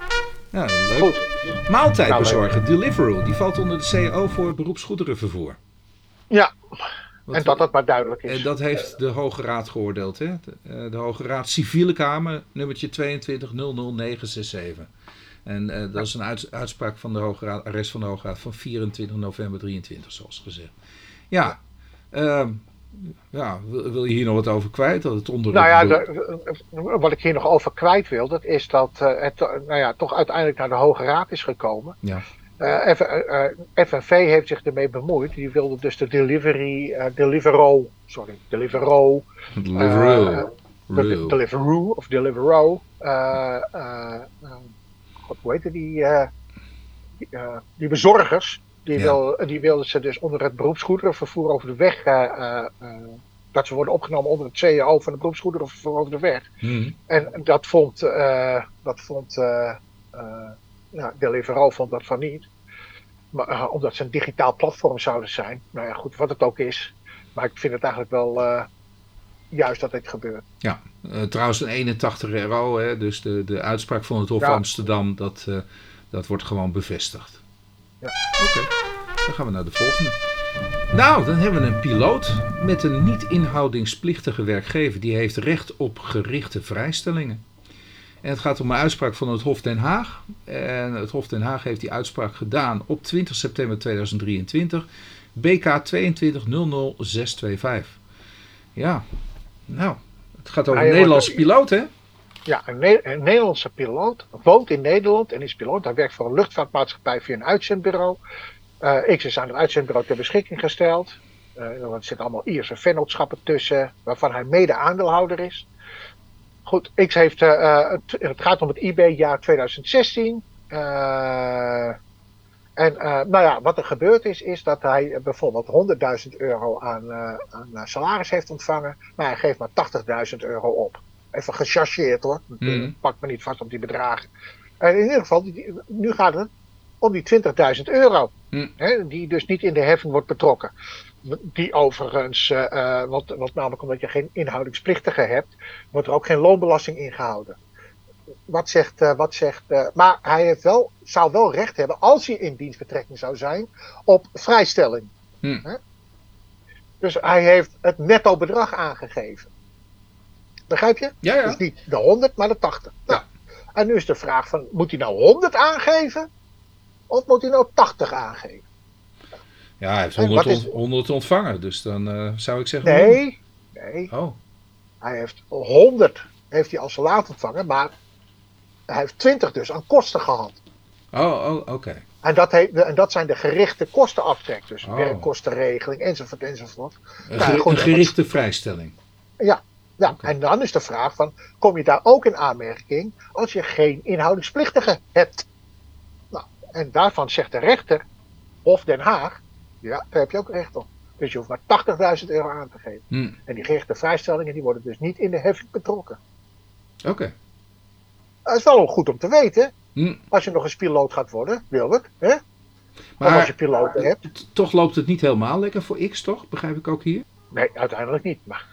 Ja, leuk. Goed. Maaltijdbezorger, nou, Deliveroo, die valt onder de C A O voor beroepsgoederenvervoer.
Ja, Wat, en dat dat maar duidelijk is.
En dat heeft de Hoge Raad geoordeeld. Hè? De, de Hoge Raad Civiele Kamer, nummertje tweeëntwintig nul nul negen zes zeven. En uh, dat is een uits, uitspraak van de Hoge Raad, arrest van de Hoge Raad van vierentwintig november drieëntwintig, zoals gezegd. Ja, uh, ja wil, wil je hier nog wat over kwijt? Dat het onder
nou ja, de, wat ik hier nog over kwijt wil, dat is dat uh, het nou ja, toch uiteindelijk naar de Hoge Raad is gekomen.
Ja.
Uh, F, uh, F N V heeft zich ermee bemoeid. Die wilde dus de delivery, uh, Deliveroo, sorry, Deliveroo,
Deliveroo,
uh, Deliveroo of Deliveroo, uh, uh, uh, God, hoe heette die, uh, die, uh, die bezorgers, die, ja. wil, die wilden ze dus onder het beroepsgoederenvervoer over de weg, uh, uh, uh, dat ze worden opgenomen onder het C A O van het beroepsgoederenvervoer over de weg.
Hmm.
En dat vond, uh, dat vond uh, uh, ja, Deliveroo vond dat van niet. Maar, uh, omdat ze een digitaal platform zouden zijn. Nou ja, goed, wat het ook is. Maar ik vind het eigenlijk wel uh, juist dat dit gebeurt.
Ja, uh, trouwens een eenentachtig euro. Hè, dus de, de uitspraak van het Hof ja. Amsterdam, dat, uh, dat wordt gewoon bevestigd.
Ja.
Oké, okay. Dan gaan we naar de volgende. Nou, dan hebben we een piloot met een niet-inhoudingsplichtige werkgever. Die heeft recht op gerichte vrijstellingen. En het gaat om een uitspraak van het Hof Den Haag. En het Hof Den Haag heeft die uitspraak gedaan op twintig september tweeduizend drieëntwintig. B K tweeëntwintig nul nul zes twee vijf. Ja, nou, het gaat over een ja, Nederlandse piloot, hè?
Ja, een, ne- een Nederlandse piloot woont in Nederland en is piloot. Hij werkt voor een luchtvaartmaatschappij via een uitzendbureau. Uh, X is aan het uitzendbureau ter beschikking gesteld. Uh, er zitten allemaal Ierse vennootschappen tussen, waarvan hij mede-aandeelhouder is. Goed, X heeft, uh, het, het gaat om het I B-jaar tweeduizend zestien. Uh, en uh, nou ja, wat er gebeurd is, is dat hij bijvoorbeeld honderdduizend euro aan, uh, aan salaris heeft ontvangen. Maar hij geeft maar tachtigduizend euro op. Even gechargeerd hoor. Mm. Pak me niet vast op die bedragen. En in ieder geval, die, nu gaat het om die twintigduizend euro. Mm. Hè, die dus niet in de heffing wordt betrokken. Die overigens, uh, wat, wat namelijk omdat je geen inhoudingsplichtige hebt, wordt er ook geen loonbelasting ingehouden. wat zegt, uh, wat zegt uh, maar hij heeft wel, zou wel recht hebben, als hij in dienstbetrekking zou zijn, op vrijstelling.
Hm.
Hè? Dus hij heeft het netto bedrag aangegeven. Begrijp je?
Ja, ja.
Dus niet de honderd, maar de tachtig. Nou,
Ja.
En nu is de vraag van, moet hij nou honderd aangeven? Of moet hij nou tachtig aangeven?
Ja, hij heeft
En
honderd,
wat is-
ont- honderd ontvangen, dus dan uh, zou ik zeggen...
Nee, nee.
honderd. Oh,
Hij heeft honderd heeft hij als salaris ontvangen, maar hij heeft twintig dus aan kosten gehad.
oh, oh oké. Okay.
En dat, heeft, en dat zijn de gerichte kostenaftrek. Dus
Oh.
werkkostenregeling enzovoort enzovoort.
Een,
Nou,
geri-
goed,
een gerichte vrijstelling.
Ja, ja.
Oké.
En dan is de vraag van, kom je daar ook in aanmerking als je geen inhoudingsplichtige hebt? Nou, en daarvan zegt de rechter, Hof Den Haag, ja, daar heb je ook recht op. Dus je hoeft maar tachtigduizend euro aan te geven.
Hm.
En die gerichte vrijstellingen die worden dus niet in de heffing betrokken.
Oké. Okay.
Dat is wel goed om te weten.
Hm.
Als je nog eens piloot gaat worden, Wilbert. Hè?
Maar
of als je piloten hebt.
t- toch loopt het niet helemaal lekker voor X, toch? Begrijp ik ook hier?
Nee, uiteindelijk niet. Maar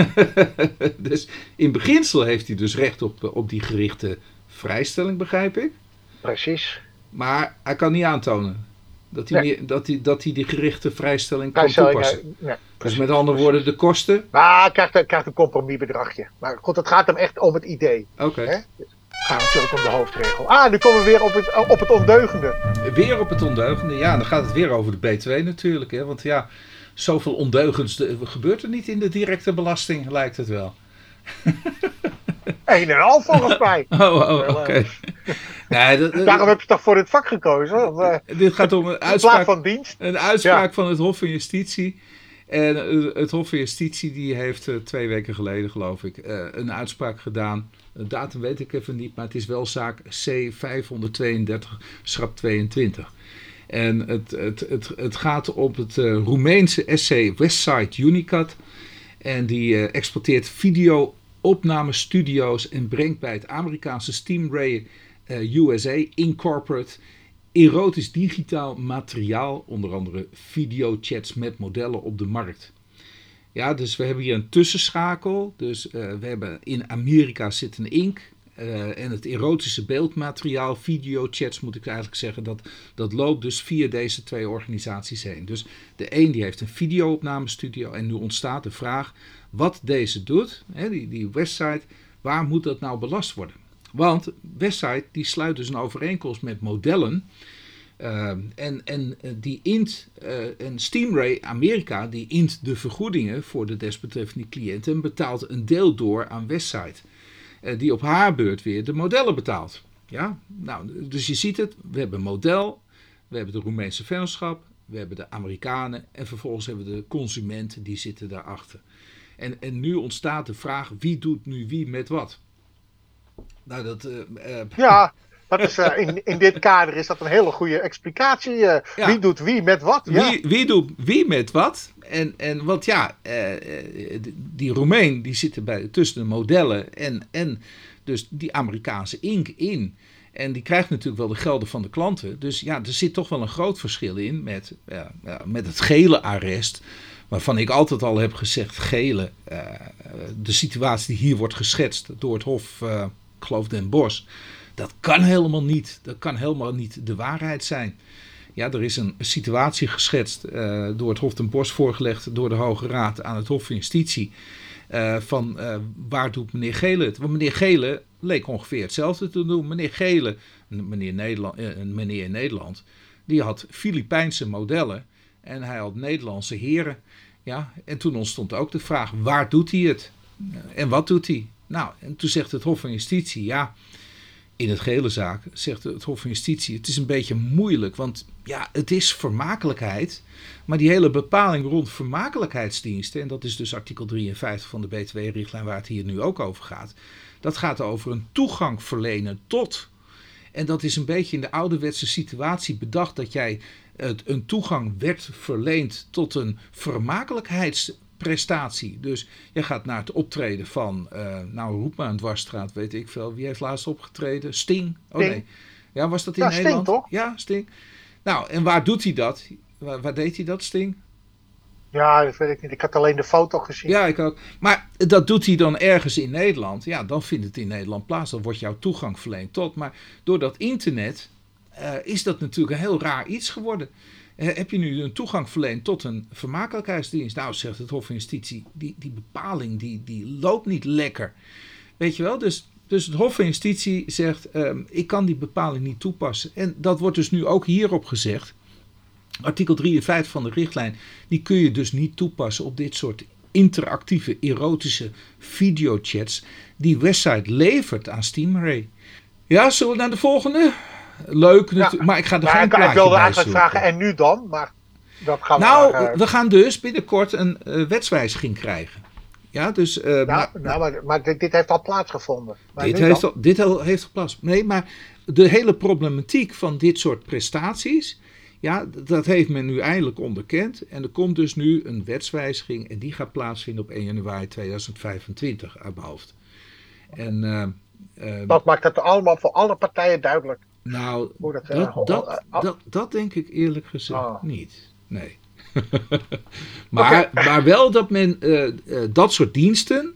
Dus in beginsel heeft hij dus recht op, op die gerichte vrijstelling, begrijp ik.
precies.
Maar hij kan niet aantonen dat hij,
Nee.
meer, dat hij, dat hij die gerichte vrijstelling kan
Vrijstelling,
toepassen.
eh, nee,
Dus
precies,
met andere
precies.
woorden, de kosten.
Maar hij krijgt, hij krijgt een compromisbedragje. Maar goed, het gaat hem echt om het idee.
Oké.
Hè? Het gaat natuurlijk om de hoofdregel. Ah, nu komen we weer op het, op het ondeugende.
Weer op het ondeugende. Ja, dan gaat het weer over de B twee natuurlijk. Hè? Want ja, zoveel ondeugens de- gebeurt er niet in de directe belasting, lijkt het wel.
Een en al volgens mij.
Oh, oh oké. Nee, dat- dat-
Daarom heb je toch voor dit vak gekozen? Of, uh,
dit gaat om een
in plaats
uitspraak,
van dienst.
een uitspraak
Ja.
van het Hof van Justitie. En eh, het Hof van Justitie die heeft eh, twee weken geleden, geloof ik, eh, een uitspraak gedaan. De datum weet ik even niet, maar het is wel zaak C vijfhonderdtweeëndertig schrap tweeëntwintig. En het, het, het, het gaat op het uh, Roemeense S C Westside Unicat. En die uh, exporteert video-opnamestudio's en brengt bij het Amerikaanse Stingray uh, U S A Incorporated erotisch digitaal materiaal, onder andere videochats met modellen op de markt. Ja, dus we hebben hier een tussenschakel. Dus uh, we hebben in Amerika zit een ink. Uh, en het erotische beeldmateriaal, videochats moet ik eigenlijk zeggen, dat, dat loopt dus via deze twee organisaties heen. Dus de een die heeft een videoopnamestudio en nu ontstaat de vraag wat deze doet, hè, die, die Westside, waar moet dat nou belast worden? Want Westside die sluit dus een overeenkomst met modellen. Uh, en, en die int, uh, en Stingray Amerika, die int de vergoedingen voor de desbetreffende cliënten en betaalt een deel door aan Westside. Uh, die op haar beurt weer de modellen betaalt. Ja? Nou, dus je ziet het, we hebben een model, we hebben de Roemeense vennootschap, we hebben de Amerikanen en vervolgens hebben we de consumenten die zitten daarachter. En, en nu ontstaat de vraag, wie doet nu wie met wat? Nou, dat... Uh, uh,
Ja, dat is, uh, in, in dit kader is dat een hele goede explicatie. Uh,
Ja.
Wie doet wie met wat? Ja.
Wie, wie doet wie met wat? En, en want ja, uh, die Roemeen die zitten bij, tussen de modellen en, en dus die Amerikaanse ink in. En die krijgt natuurlijk wel de gelden van de klanten. Dus ja, er zit toch wel een groot verschil in met, uh, uh, met het gele arrest. Waarvan ik altijd al heb gezegd, gele, uh, de situatie die hier wordt geschetst door het Hof, uh, ik geloof Den Bosch. Dat kan helemaal niet. Dat kan helemaal niet de waarheid zijn. Ja, er is een situatie geschetst uh, door het Hof Den Bosch voorgelegd door de Hoge Raad aan het Hof van Justitie. Uh, van uh, waar doet meneer Gele het? Want meneer Gele leek ongeveer hetzelfde te doen. Meneer Gele, meneer, Nederland, uh, meneer in Nederland, die had Filipijnse modellen en hij had Nederlandse heren. Ja, en toen ontstond ook de vraag, waar doet hij het? Uh, en wat doet hij? Nou, en toen zegt het Hof van Justitie, ja, in het gehele zaak zegt het Hof van Justitie, het is een beetje moeilijk, want ja, het is vermakelijkheid, maar die hele bepaling rond vermakelijkheidsdiensten, en dat is dus artikel drieënvijftig van de B twee richtlijn waar het hier nu ook over gaat, dat gaat over een toegang verlenen tot. En dat is een beetje in de ouderwetse situatie bedacht dat jij het, een toegang werd verleend tot een vermakelijkheidsprestatie. Dus je gaat naar het optreden van, uh, nou roep maar een dwarsstraat, weet ik veel. Wie heeft laatst opgetreden? Sting? Oh
Sting.
nee. Ja, was dat in
Ja,
Nederland?
Sting, toch?
Ja, Sting. Nou, en waar doet hij dat? Waar, waar deed hij dat, Sting?
Ja, dat weet ik niet. Ik had alleen de foto gezien.
Ja, ik ook. Maar dat doet hij dan ergens in Nederland. Ja, dan vindt het in Nederland plaats. Dan wordt jouw toegang verleend tot. Maar door dat internet uh, is dat natuurlijk een heel raar iets geworden. Uh, heb je nu een toegang verleend tot een vermakelijkheidsdienst? Nou, zegt het Hof van Justitie, die, die bepaling die, die loopt niet lekker. Weet je wel? Dus, dus het Hof van Justitie zegt, um, ik kan die bepaling niet toepassen. En dat wordt dus nu ook hierop gezegd. Artikel drieënvijftig van de richtlijn, die kun je dus niet toepassen op dit soort interactieve, erotische videochats die Westside levert aan Stingray. Ja, zullen we naar de volgende? Leuk, ja, maar ik ga er nou, geen plaatje bij zoeken. Ik wilde eigenlijk vragen,
en nu dan? Maar dat gaan we
nou,
maar, uh...
we gaan dus binnenkort een uh, wetswijziging krijgen. Ja, dus... Uh,
nou,
maar,
nou, maar, maar dit, dit heeft al plaatsgevonden. Maar
dit, heeft al, dit heeft al plaats. Nee, maar de hele problematiek van dit soort prestaties... Ja, dat heeft men nu eindelijk onderkend. En er komt dus nu een wetswijziging. En die gaat plaatsvinden op één januari tweeduizend vijfentwintig uit mijn hoofd. En, uh, uh,
dat maakt het allemaal voor alle partijen duidelijk.
Nou, dat, dat, uh, dat, uh, dat, dat denk ik eerlijk gezegd oh. niet. Nee. maar, okay. maar wel dat men uh, uh, dat soort diensten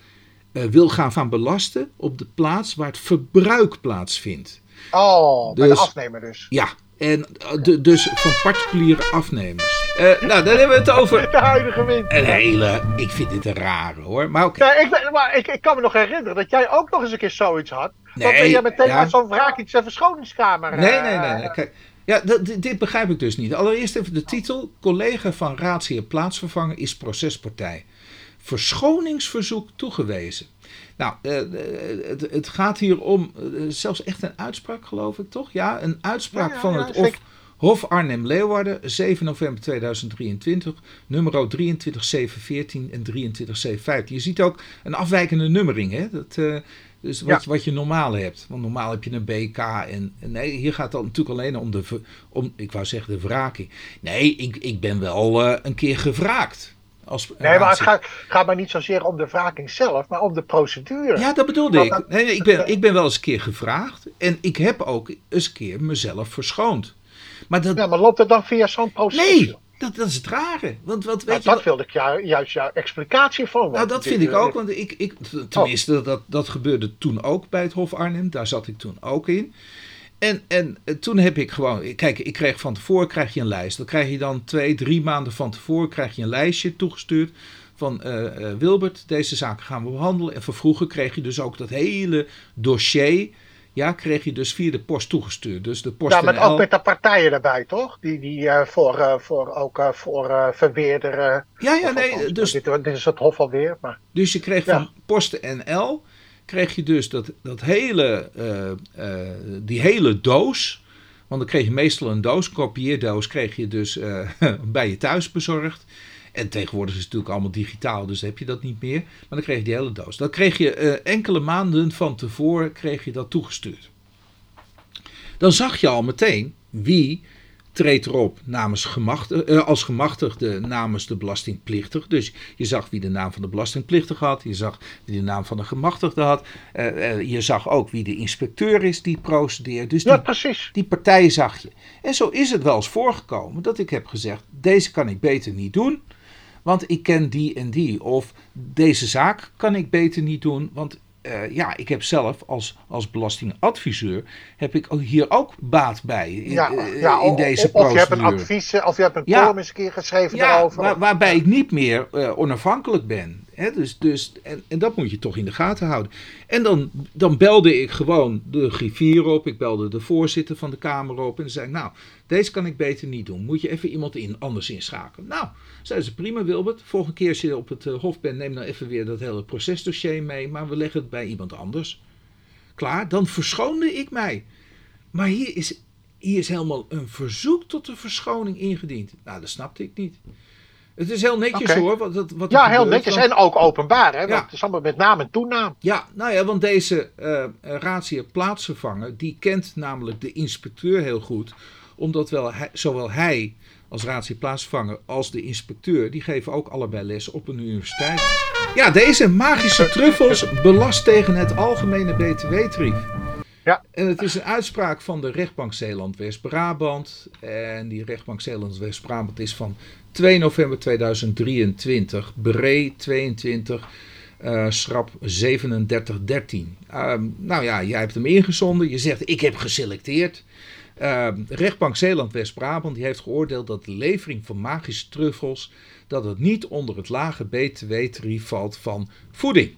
uh, wil gaan van belasten op de plaats waar het verbruik plaatsvindt.
Oh, bij dus, de afnemer dus.
Ja. En de, dus van particuliere afnemers. Uh, nou, dan hebben we het over...
De huidige wind.
Een hele... Ik vind dit een rare, hoor. Maar oké.
Okay. Ja, ik, maar ik, ik kan me nog herinneren dat jij ook nog eens een keer zoiets had. Nee, dat jij meteen ja. uit zo'n wraakings- en verschoningskamer...
Nee, nee, nee. nee. Kijk, ja, d- dit begrijp ik dus niet. Allereerst even de titel. Collega van raadsheer plaatsvervanger is procespartij. Verschoningsverzoek toegewezen. Nou, uh, het, het gaat hier om uh, zelfs echt een uitspraak, geloof ik, toch? Ja, een uitspraak ja, ja, van het ja, Hof, Hof Arnhem-Leeuwarden, zeven november tweeduizend drieëntwintig, nummer drieëntwintig zeven veertien en drieëntwintig zeven vijftien. Je ziet ook een afwijkende nummering, hè? Dat, uh, dus wat, ja. wat je normaal hebt. Want normaal heb je een B K en, en nee, hier gaat het natuurlijk alleen om de, om, ik wou zeggen de wraking. Nee, ik, ik ben wel uh, een keer gevraagd. Als,
nee, maar het gaat, gaat maar niet zozeer om de wraking zelf, maar om de procedure.
Ja, dat bedoelde Want ik. Dat, nee, nee, ik, ben, ik ben wel eens een keer gevraagd en ik heb ook eens een keer mezelf verschoond. Maar dat,
ja, maar loopt het dan via zo'n procedure?
Nee, dat, dat is het rare. Want, wat, weet
nou,
je,
dat wilde ik jou, juist jouw explicatie voor.
Nou, dat vind ik ook, want ik, ik, tenminste, oh. dat, dat gebeurde toen ook bij het Hof Arnhem. Daar zat ik toen ook in. En, en toen heb ik gewoon, kijk, ik kreeg van tevoren krijg je een lijst. Dan krijg je dan twee, drie maanden van tevoren krijg je een lijstje toegestuurd van uh, uh, Wilbert, deze zaken gaan we behandelen. En van vroeger kreeg je dus ook dat hele dossier, ja, kreeg je dus via de post toegestuurd. Dus de post
ja, maar ook met de partijen erbij, toch? Die, die uh, voor, uh, voor ook uh, voor uh, verweerder. Uh,
ja, ja, nee, dus
dit, dit is het Hof alweer. Maar,
dus je kreeg ja. van Posten N L kreeg je dus dat, dat hele, uh, uh, die hele doos. Want dan kreeg je meestal een doos, een kopieerdoos, kreeg je dus uh, bij je thuis bezorgd. En tegenwoordig is het natuurlijk allemaal digitaal, dus heb je dat niet meer. Maar dan kreeg je die hele doos. Dan kreeg je uh, enkele maanden van tevoren kreeg je dat toegestuurd. Dan zag je al meteen wie treedt erop namens gemachtig, uh, als gemachtigde namens de belastingplichtige. Dus je zag wie de naam van de belastingplichtige had. Je zag wie de naam van de gemachtigde had. Uh, uh, je zag ook wie de inspecteur is die procedeert. Dus die,
ja, precies.
Die partijen zag je. En zo is het wel eens voorgekomen dat ik heb gezegd, deze kan ik beter niet doen, want ik ken die en die. Of deze zaak kan ik beter niet doen, want Uh, ja, ik heb zelf als, als belastingadviseur heb ik hier ook baat bij in,
ja,
uh,
ja,
in deze
of,
procedure.
Of je hebt een advies, of je hebt een
ja,
column eens een keer geschreven
ja,
daarover.
Waar, waarbij ik niet meer uh, onafhankelijk ben. Hè? Dus, dus, en, en dat moet je toch in de gaten houden. En dan, dan belde ik gewoon de griffier op. Ik belde de voorzitter van de Kamer op. En zei nou, deze kan ik beter niet doen. Moet je even iemand in, anders inschakelen. Nou, zeiden ze prima Wilbert. Volgende keer als je op het uh, Hof bent, neem dan even weer dat hele procesdossier mee. Maar we leggen het bij iemand anders. Klaar, dan verschoonde ik mij. Maar hier is, hier is helemaal een verzoek tot de verschoning ingediend. Nou, dat snapte ik niet. Het is heel netjes okay. hoor. Wat, wat
ja,
gebeurt,
heel netjes
want,
en ook openbaar. Hè?
Ja.
Want het is allemaal met naam en toenaam.
Ja, nou ja, want deze uh, raadsheer plaatsvervanger, die kent namelijk de inspecteur heel goed. Omdat wel hij, zowel hij als raadsheer plaatsvervanger als de inspecteur, die geven ook allebei les op een universiteit. Ja, deze magische truffels belast tegen het algemene B T W-tarief.
Ja.
En het is een uitspraak van de rechtbank Zeeland-West-Brabant. En die rechtbank Zeeland-West-Brabant is van twee november tweeduizend drieëntwintig. Bree tweeëntwintig, uh, schrap zevenendertig dertien. Uh, nou ja, jij hebt hem ingezonden. Je zegt, ik heb geselecteerd. Uh, de rechtbank Zeeland-West-Brabant die heeft geoordeeld dat de levering van magische truffels, dat het niet onder het lage B T W-tarief valt van voeding.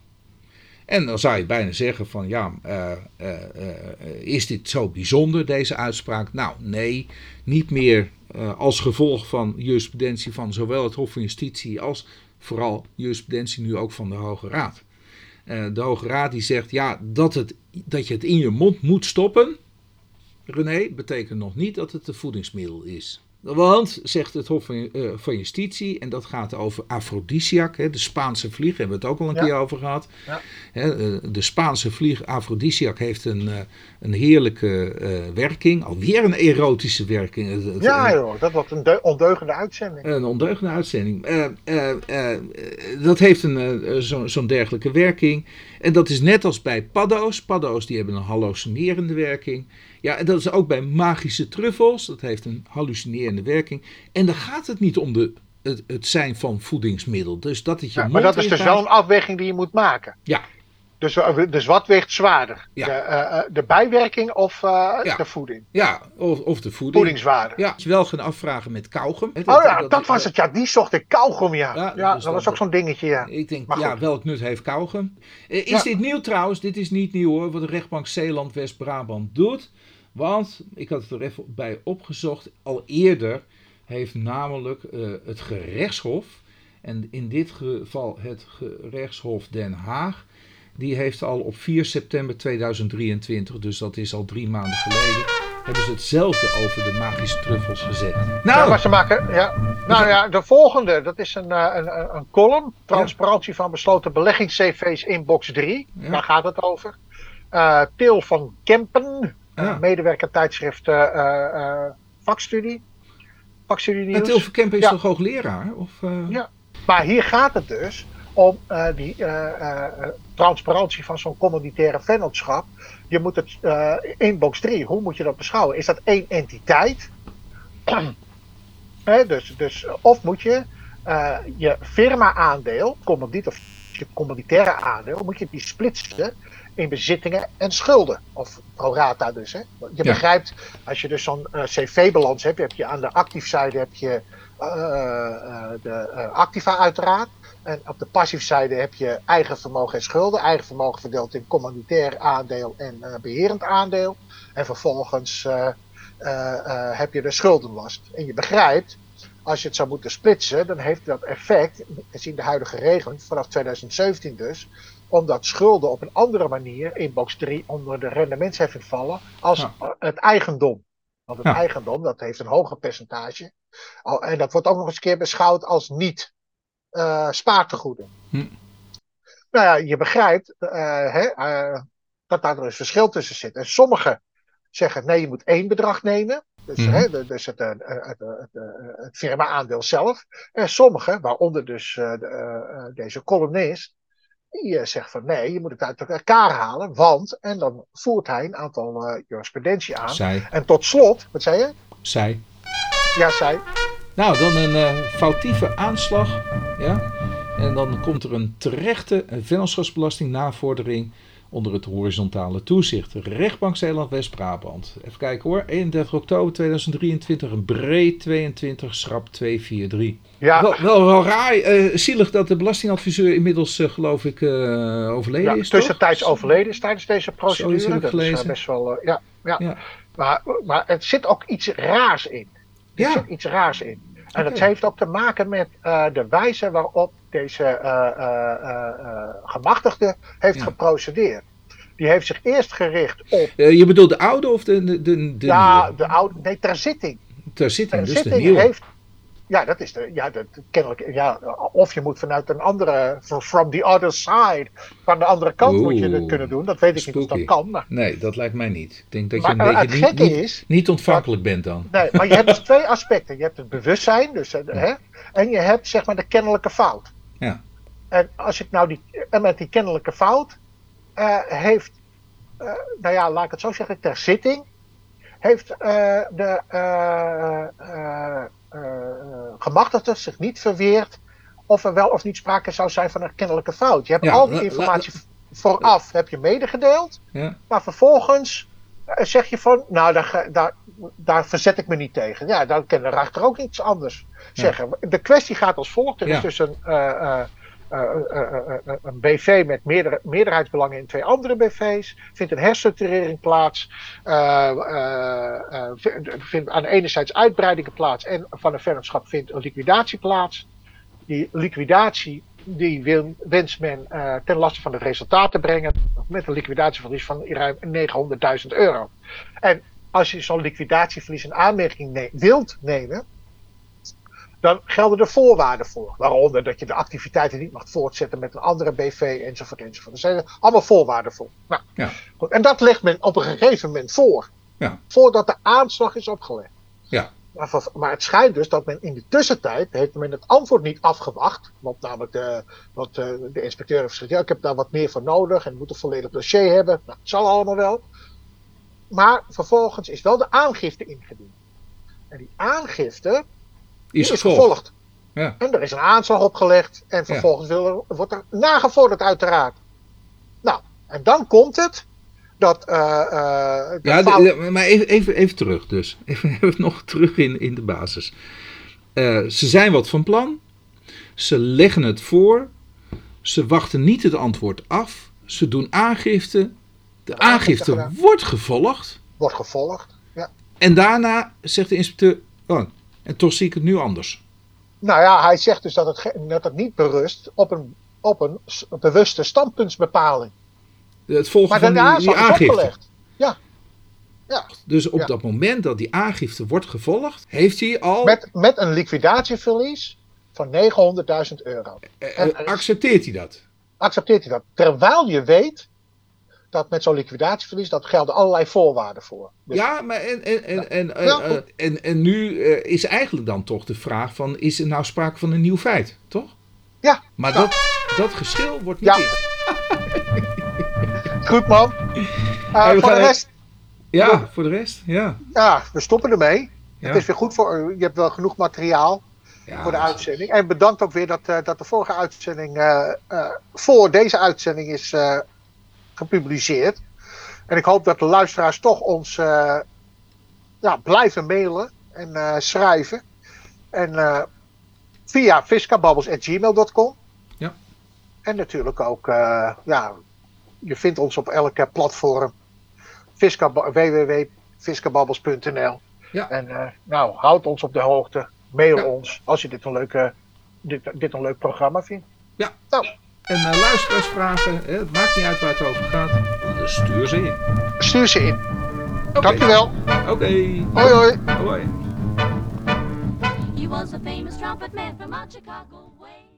En dan zou je bijna zeggen van ja, uh, uh, uh, is dit zo bijzonder, deze uitspraak? Nou, nee, niet meer uh, als gevolg van jurisprudentie van zowel het Hof van Justitie als vooral jurisprudentie nu ook van de Hoge Raad. Uh, de Hoge Raad die zegt ja, dat, het, dat je het in je mond moet stoppen, René, betekent nog niet dat het een voedingsmiddel is. Want, zegt het Hof van, uh, van Justitie, en dat gaat over afrodisiac, hè, de Spaanse vlieg, hebben we het ook al een ja. keer over gehad. Ja. Hè, uh, de Spaanse vlieg, afrodisiac, heeft een, uh, een heerlijke uh, werking, alweer een erotische werking. Uh,
ja joh, dat wordt een de- ondeugende uitzending.
Een ondeugende uitzending. Uh, uh, uh, dat heeft een, uh, zo, zo'n dergelijke werking. En dat is net als bij paddo's. Paddo's die hebben een hallucinerende werking. Ja, en dat is ook bij magische truffels. Dat heeft een hallucinerende werking. En dan gaat het niet om de, het, het zijn van voedingsmiddel. Dus dat het je
ja,
mond
maar dat is dus
ingaat.
wel een afweging die je moet maken.
Ja.
Dus, dus wat weegt zwaarder?
Ja.
De, uh, de bijwerking of uh,
ja.
de voeding?
Ja, of, of de voeding.
Voedingswaarde.
Ja, je wel gaan afvragen met kauwgom.
Oh dat, ja, dat, dat was het. Ja, die zocht ik. Kauwgom, ja. Ja,
ja
dus dat was ook zo'n dingetje, ja.
Ik denk, ja, welk nut heeft kauwgom? Uh, is ja. dit nieuw trouwens? Dit is niet nieuw hoor, wat de rechtbank Zeeland-West-Brabant doet. Want, ik had het er even bij opgezocht, al eerder heeft namelijk uh, het gerechtshof, en in dit geval het gerechtshof Den Haag, die heeft al op vier september tweeduizend drieëntwintig, dus dat is al drie maanden geleden, hebben ze hetzelfde over de magische truffels gezet. Nou,
ja, maar ze maken, ja. Nou ja, de volgende, dat is een, een, een, een column, transparantie ja. van besloten beleggings-C V's in box drie, ja. daar gaat het over. Uh, Til van Kempen, ja. medewerker tijdschrift uh, uh, vakstudie. Vakstudie nieuws.
En Til van Kempen is ja. toch hoogleraar? Of, uh...
Ja, maar hier gaat het dus om uh, die uh, uh, transparantie van zo'n commoditaire vennootschap. Je moet het uh, in box drie, hoe moet je dat beschouwen? Is dat één entiteit? He, dus, dus, of moet je uh, je firma-aandeel, commodit of je commoditaire aandeel, moet je die splitsen in bezittingen en schulden. Of pro rata dus. Hè. Je ja. begrijpt, als je dus zo'n uh, C V-balans hebt, heb je aan de actiefzijde heb je uh, uh, de uh, activa uiteraard. En op de passiefzijde heb je eigen vermogen en schulden. Eigen vermogen verdeeld in commoditair aandeel en uh, beherend aandeel. En vervolgens uh, uh, uh, heb je de schuldenlast. En je begrijpt, als je het zou moeten splitsen, dan heeft dat effect, gezien de huidige regeling, vanaf tweeduizend zeventien dus, omdat schulden op een andere manier in box drie onder de rendementsheffing vallen als ja. het eigendom. Want het ja. eigendom, dat heeft een hoger percentage. En dat wordt ook nog eens een keer beschouwd als niet uh, spaartegoeden. Hm. Nou ja, je begrijpt uh, hè, uh, dat daar dus verschil tussen zit. En sommigen zeggen, nee, je moet één bedrag nemen. Dus, mm-hmm. hè, dus het, het, het, het, het firma-aandeel zelf. En sommigen, waaronder dus uh, de, uh, deze columnist, die uh, zegt van nee, je moet het uit elkaar halen, want, en dan voert hij een aantal uh, jurisprudentie aan.
Zij.
En tot slot, wat zei je?
Zij.
Ja, zij.
Nou, dan een uh, foutieve aanslag, ja. En dan komt er een terechte vennootschapsbelasting navordering onder het horizontale toezicht. Rechtbank Zeeland-West-Brabant. Even kijken hoor. eenendertig oktober tweeduizend drieëntwintig. Een Bree tweeëntwintig, schrap tweehonderdvierentveertig. Ja. Wel, wel, wel raar. Uh, zielig dat de belastingadviseur inmiddels, uh, geloof ik, uh, overleden
ja,
is.
Tussentijds
toch?
overleden is tijdens deze procedure. Dat is uh, best wel. Uh, ja, ja. ja. Maar, maar het zit ook iets raars in. Er ja. zit iets raars in. En okay. dat heeft ook te maken met uh, de wijze waarop deze uh, uh, uh, uh, gemachtigde heeft ja. geprocedeerd. Die heeft zich eerst gericht op...
Uh, je bedoelt de oude of de, de, de, de
ja,
nieuwe?
de oude... Nee, ter zitting.
Ter zitting,
ter
dus
zitting
de nieuwe.
Heeft, ja, dat is de... Ja, dat, kennelijk, ja, of je moet vanuit een andere... From the other side. Van de andere kant Oeh, moet je het kunnen doen. Dat weet ik spooky. niet of dat kan. Maar,
nee, dat lijkt mij niet. Ik denk dat
maar,
je een
uh,
beetje niet, niet,
is,
niet ontvankelijk bent dan.
Nee, maar je hebt dus twee aspecten. Je hebt het bewustzijn. Dus, ja. hè, en je hebt zeg maar de kennelijke fout.
Ja.
En als ik nou die... En met die kennelijke fout... Uh, heeft uh, nou ja, laat ik het zo zeggen, ter zitting heeft uh, de uh, uh, uh, gemachtigde zich niet verweerd of er wel of niet sprake zou zijn van een kennelijke fout. Je hebt ja, al die informatie la, la, vooraf heb je medegedeeld, ja. Maar vervolgens uh, zeg je van, nou daar, daar, daar verzet ik me niet tegen. Ja, dan kan de rechter ook iets anders zeggen. Ja. De kwestie gaat als volgt. Er ja. is dus een, uh, uh, uh, uh, uh, uh, een B V met meerder, meerderheidsbelangen in twee andere B V's. Vindt een herstructurering plaats. Uh, uh, uh, vindt aan de enerzijds uitbreidingen plaats. En van een vennootschap vindt een liquidatie plaats. Die liquidatie die wil, wenst men uh, ten laste van het resultaat te brengen. Met een liquidatieverlies van ruim negenhonderdduizend euro. En als je zo'n liquidatieverlies in aanmerking ne- wilt nemen, dan gelden er voorwaarden voor. Waaronder dat je de activiteiten niet mag voortzetten met een andere B V enzovoort enzovoort. Er zijn er allemaal voorwaarden voor. Nou, ja. Goed, en dat legt men op een gegeven moment voor. Ja. Voordat de aanslag is opgelegd. Ja. Maar, maar het schijnt dus dat men in de tussentijd, heeft men het antwoord niet afgewacht. Want namelijk de, wat, uh, de inspecteur heeft gezegd, ja, ik heb daar wat meer voor nodig en moet een volledig dossier hebben. Nou, het zal allemaal wel. Maar vervolgens is wel de aangifte ingediend. En die aangifte
is,
is gevolgd.
Ja.
En er is een aanslag opgelegd. En vervolgens ja. wil er, wordt er nagevorderd uiteraard. Nou, en dan komt het. Dat, uh, uh, dat
ja, fout... de, de, maar even, even, even terug dus. Even, even nog terug in, in de basis. Uh, ze zijn wat van plan. Ze leggen het voor. Ze wachten niet het antwoord af. Ze doen aangifte. De, de aangifte, aangifte wordt gevolgd.
Wordt gevolgd, ja.
En daarna zegt de inspecteur, oh, en toch zie ik het nu anders.
Nou ja, hij zegt dus dat het, dat het niet berust op een, op een bewuste standpuntsbepaling.
Het volgen van die, die aangifte.
Ja. ja.
Dus op
ja.
dat moment dat die aangifte wordt gevolgd, heeft hij al...
Met, met een liquidatieverlies van negenhonderdduizend euro.
Uh, en, accepteert hij dat?
Accepteert hij dat. Terwijl je weet dat met zo'n liquidatieverlies, dat gelden allerlei voorwaarden voor.
Dus, ja, maar en, en, en, ja. en, en, uh, en, en nu uh, is eigenlijk dan toch de vraag van, is er nou sprake van een nieuw feit, toch?
Ja.
Maar
ja.
dat, dat geschil wordt niet
ja.
in.
Goed man. Uh, voor de rest.
Ja,
we,
voor de rest, ja.
Ja, we stoppen ermee.
Ja.
Het is weer goed voor, je hebt wel genoeg materiaal ja, voor de uitzending. En bedankt ook weer dat, uh, dat de vorige uitzending uh, uh, voor deze uitzending is uh, gepubliceerd. En ik hoop dat de luisteraars toch ons uh, ja, blijven mailen en uh, schrijven. En uh, via fiscababbels at gmail dot com.
Ja.
En natuurlijk ook, uh, ja, je vindt ons op elke platform. w w w punt fiscababbels punt n l.
Ja.
En uh, nou, houd ons op de hoogte. Mail ja. ons als je dit een, leuke, dit, dit een leuk programma vindt.
Ja.
Nou.
En uh, luisteraarsvragen, hè, het maakt niet uit waar het over gaat. Dus stuur ze in.
Stuur ze in. Okay. Dankjewel.
Oké. Okay.
Hoi hoi.
Hoi.
He was a famous trumpet man from out Chicago way.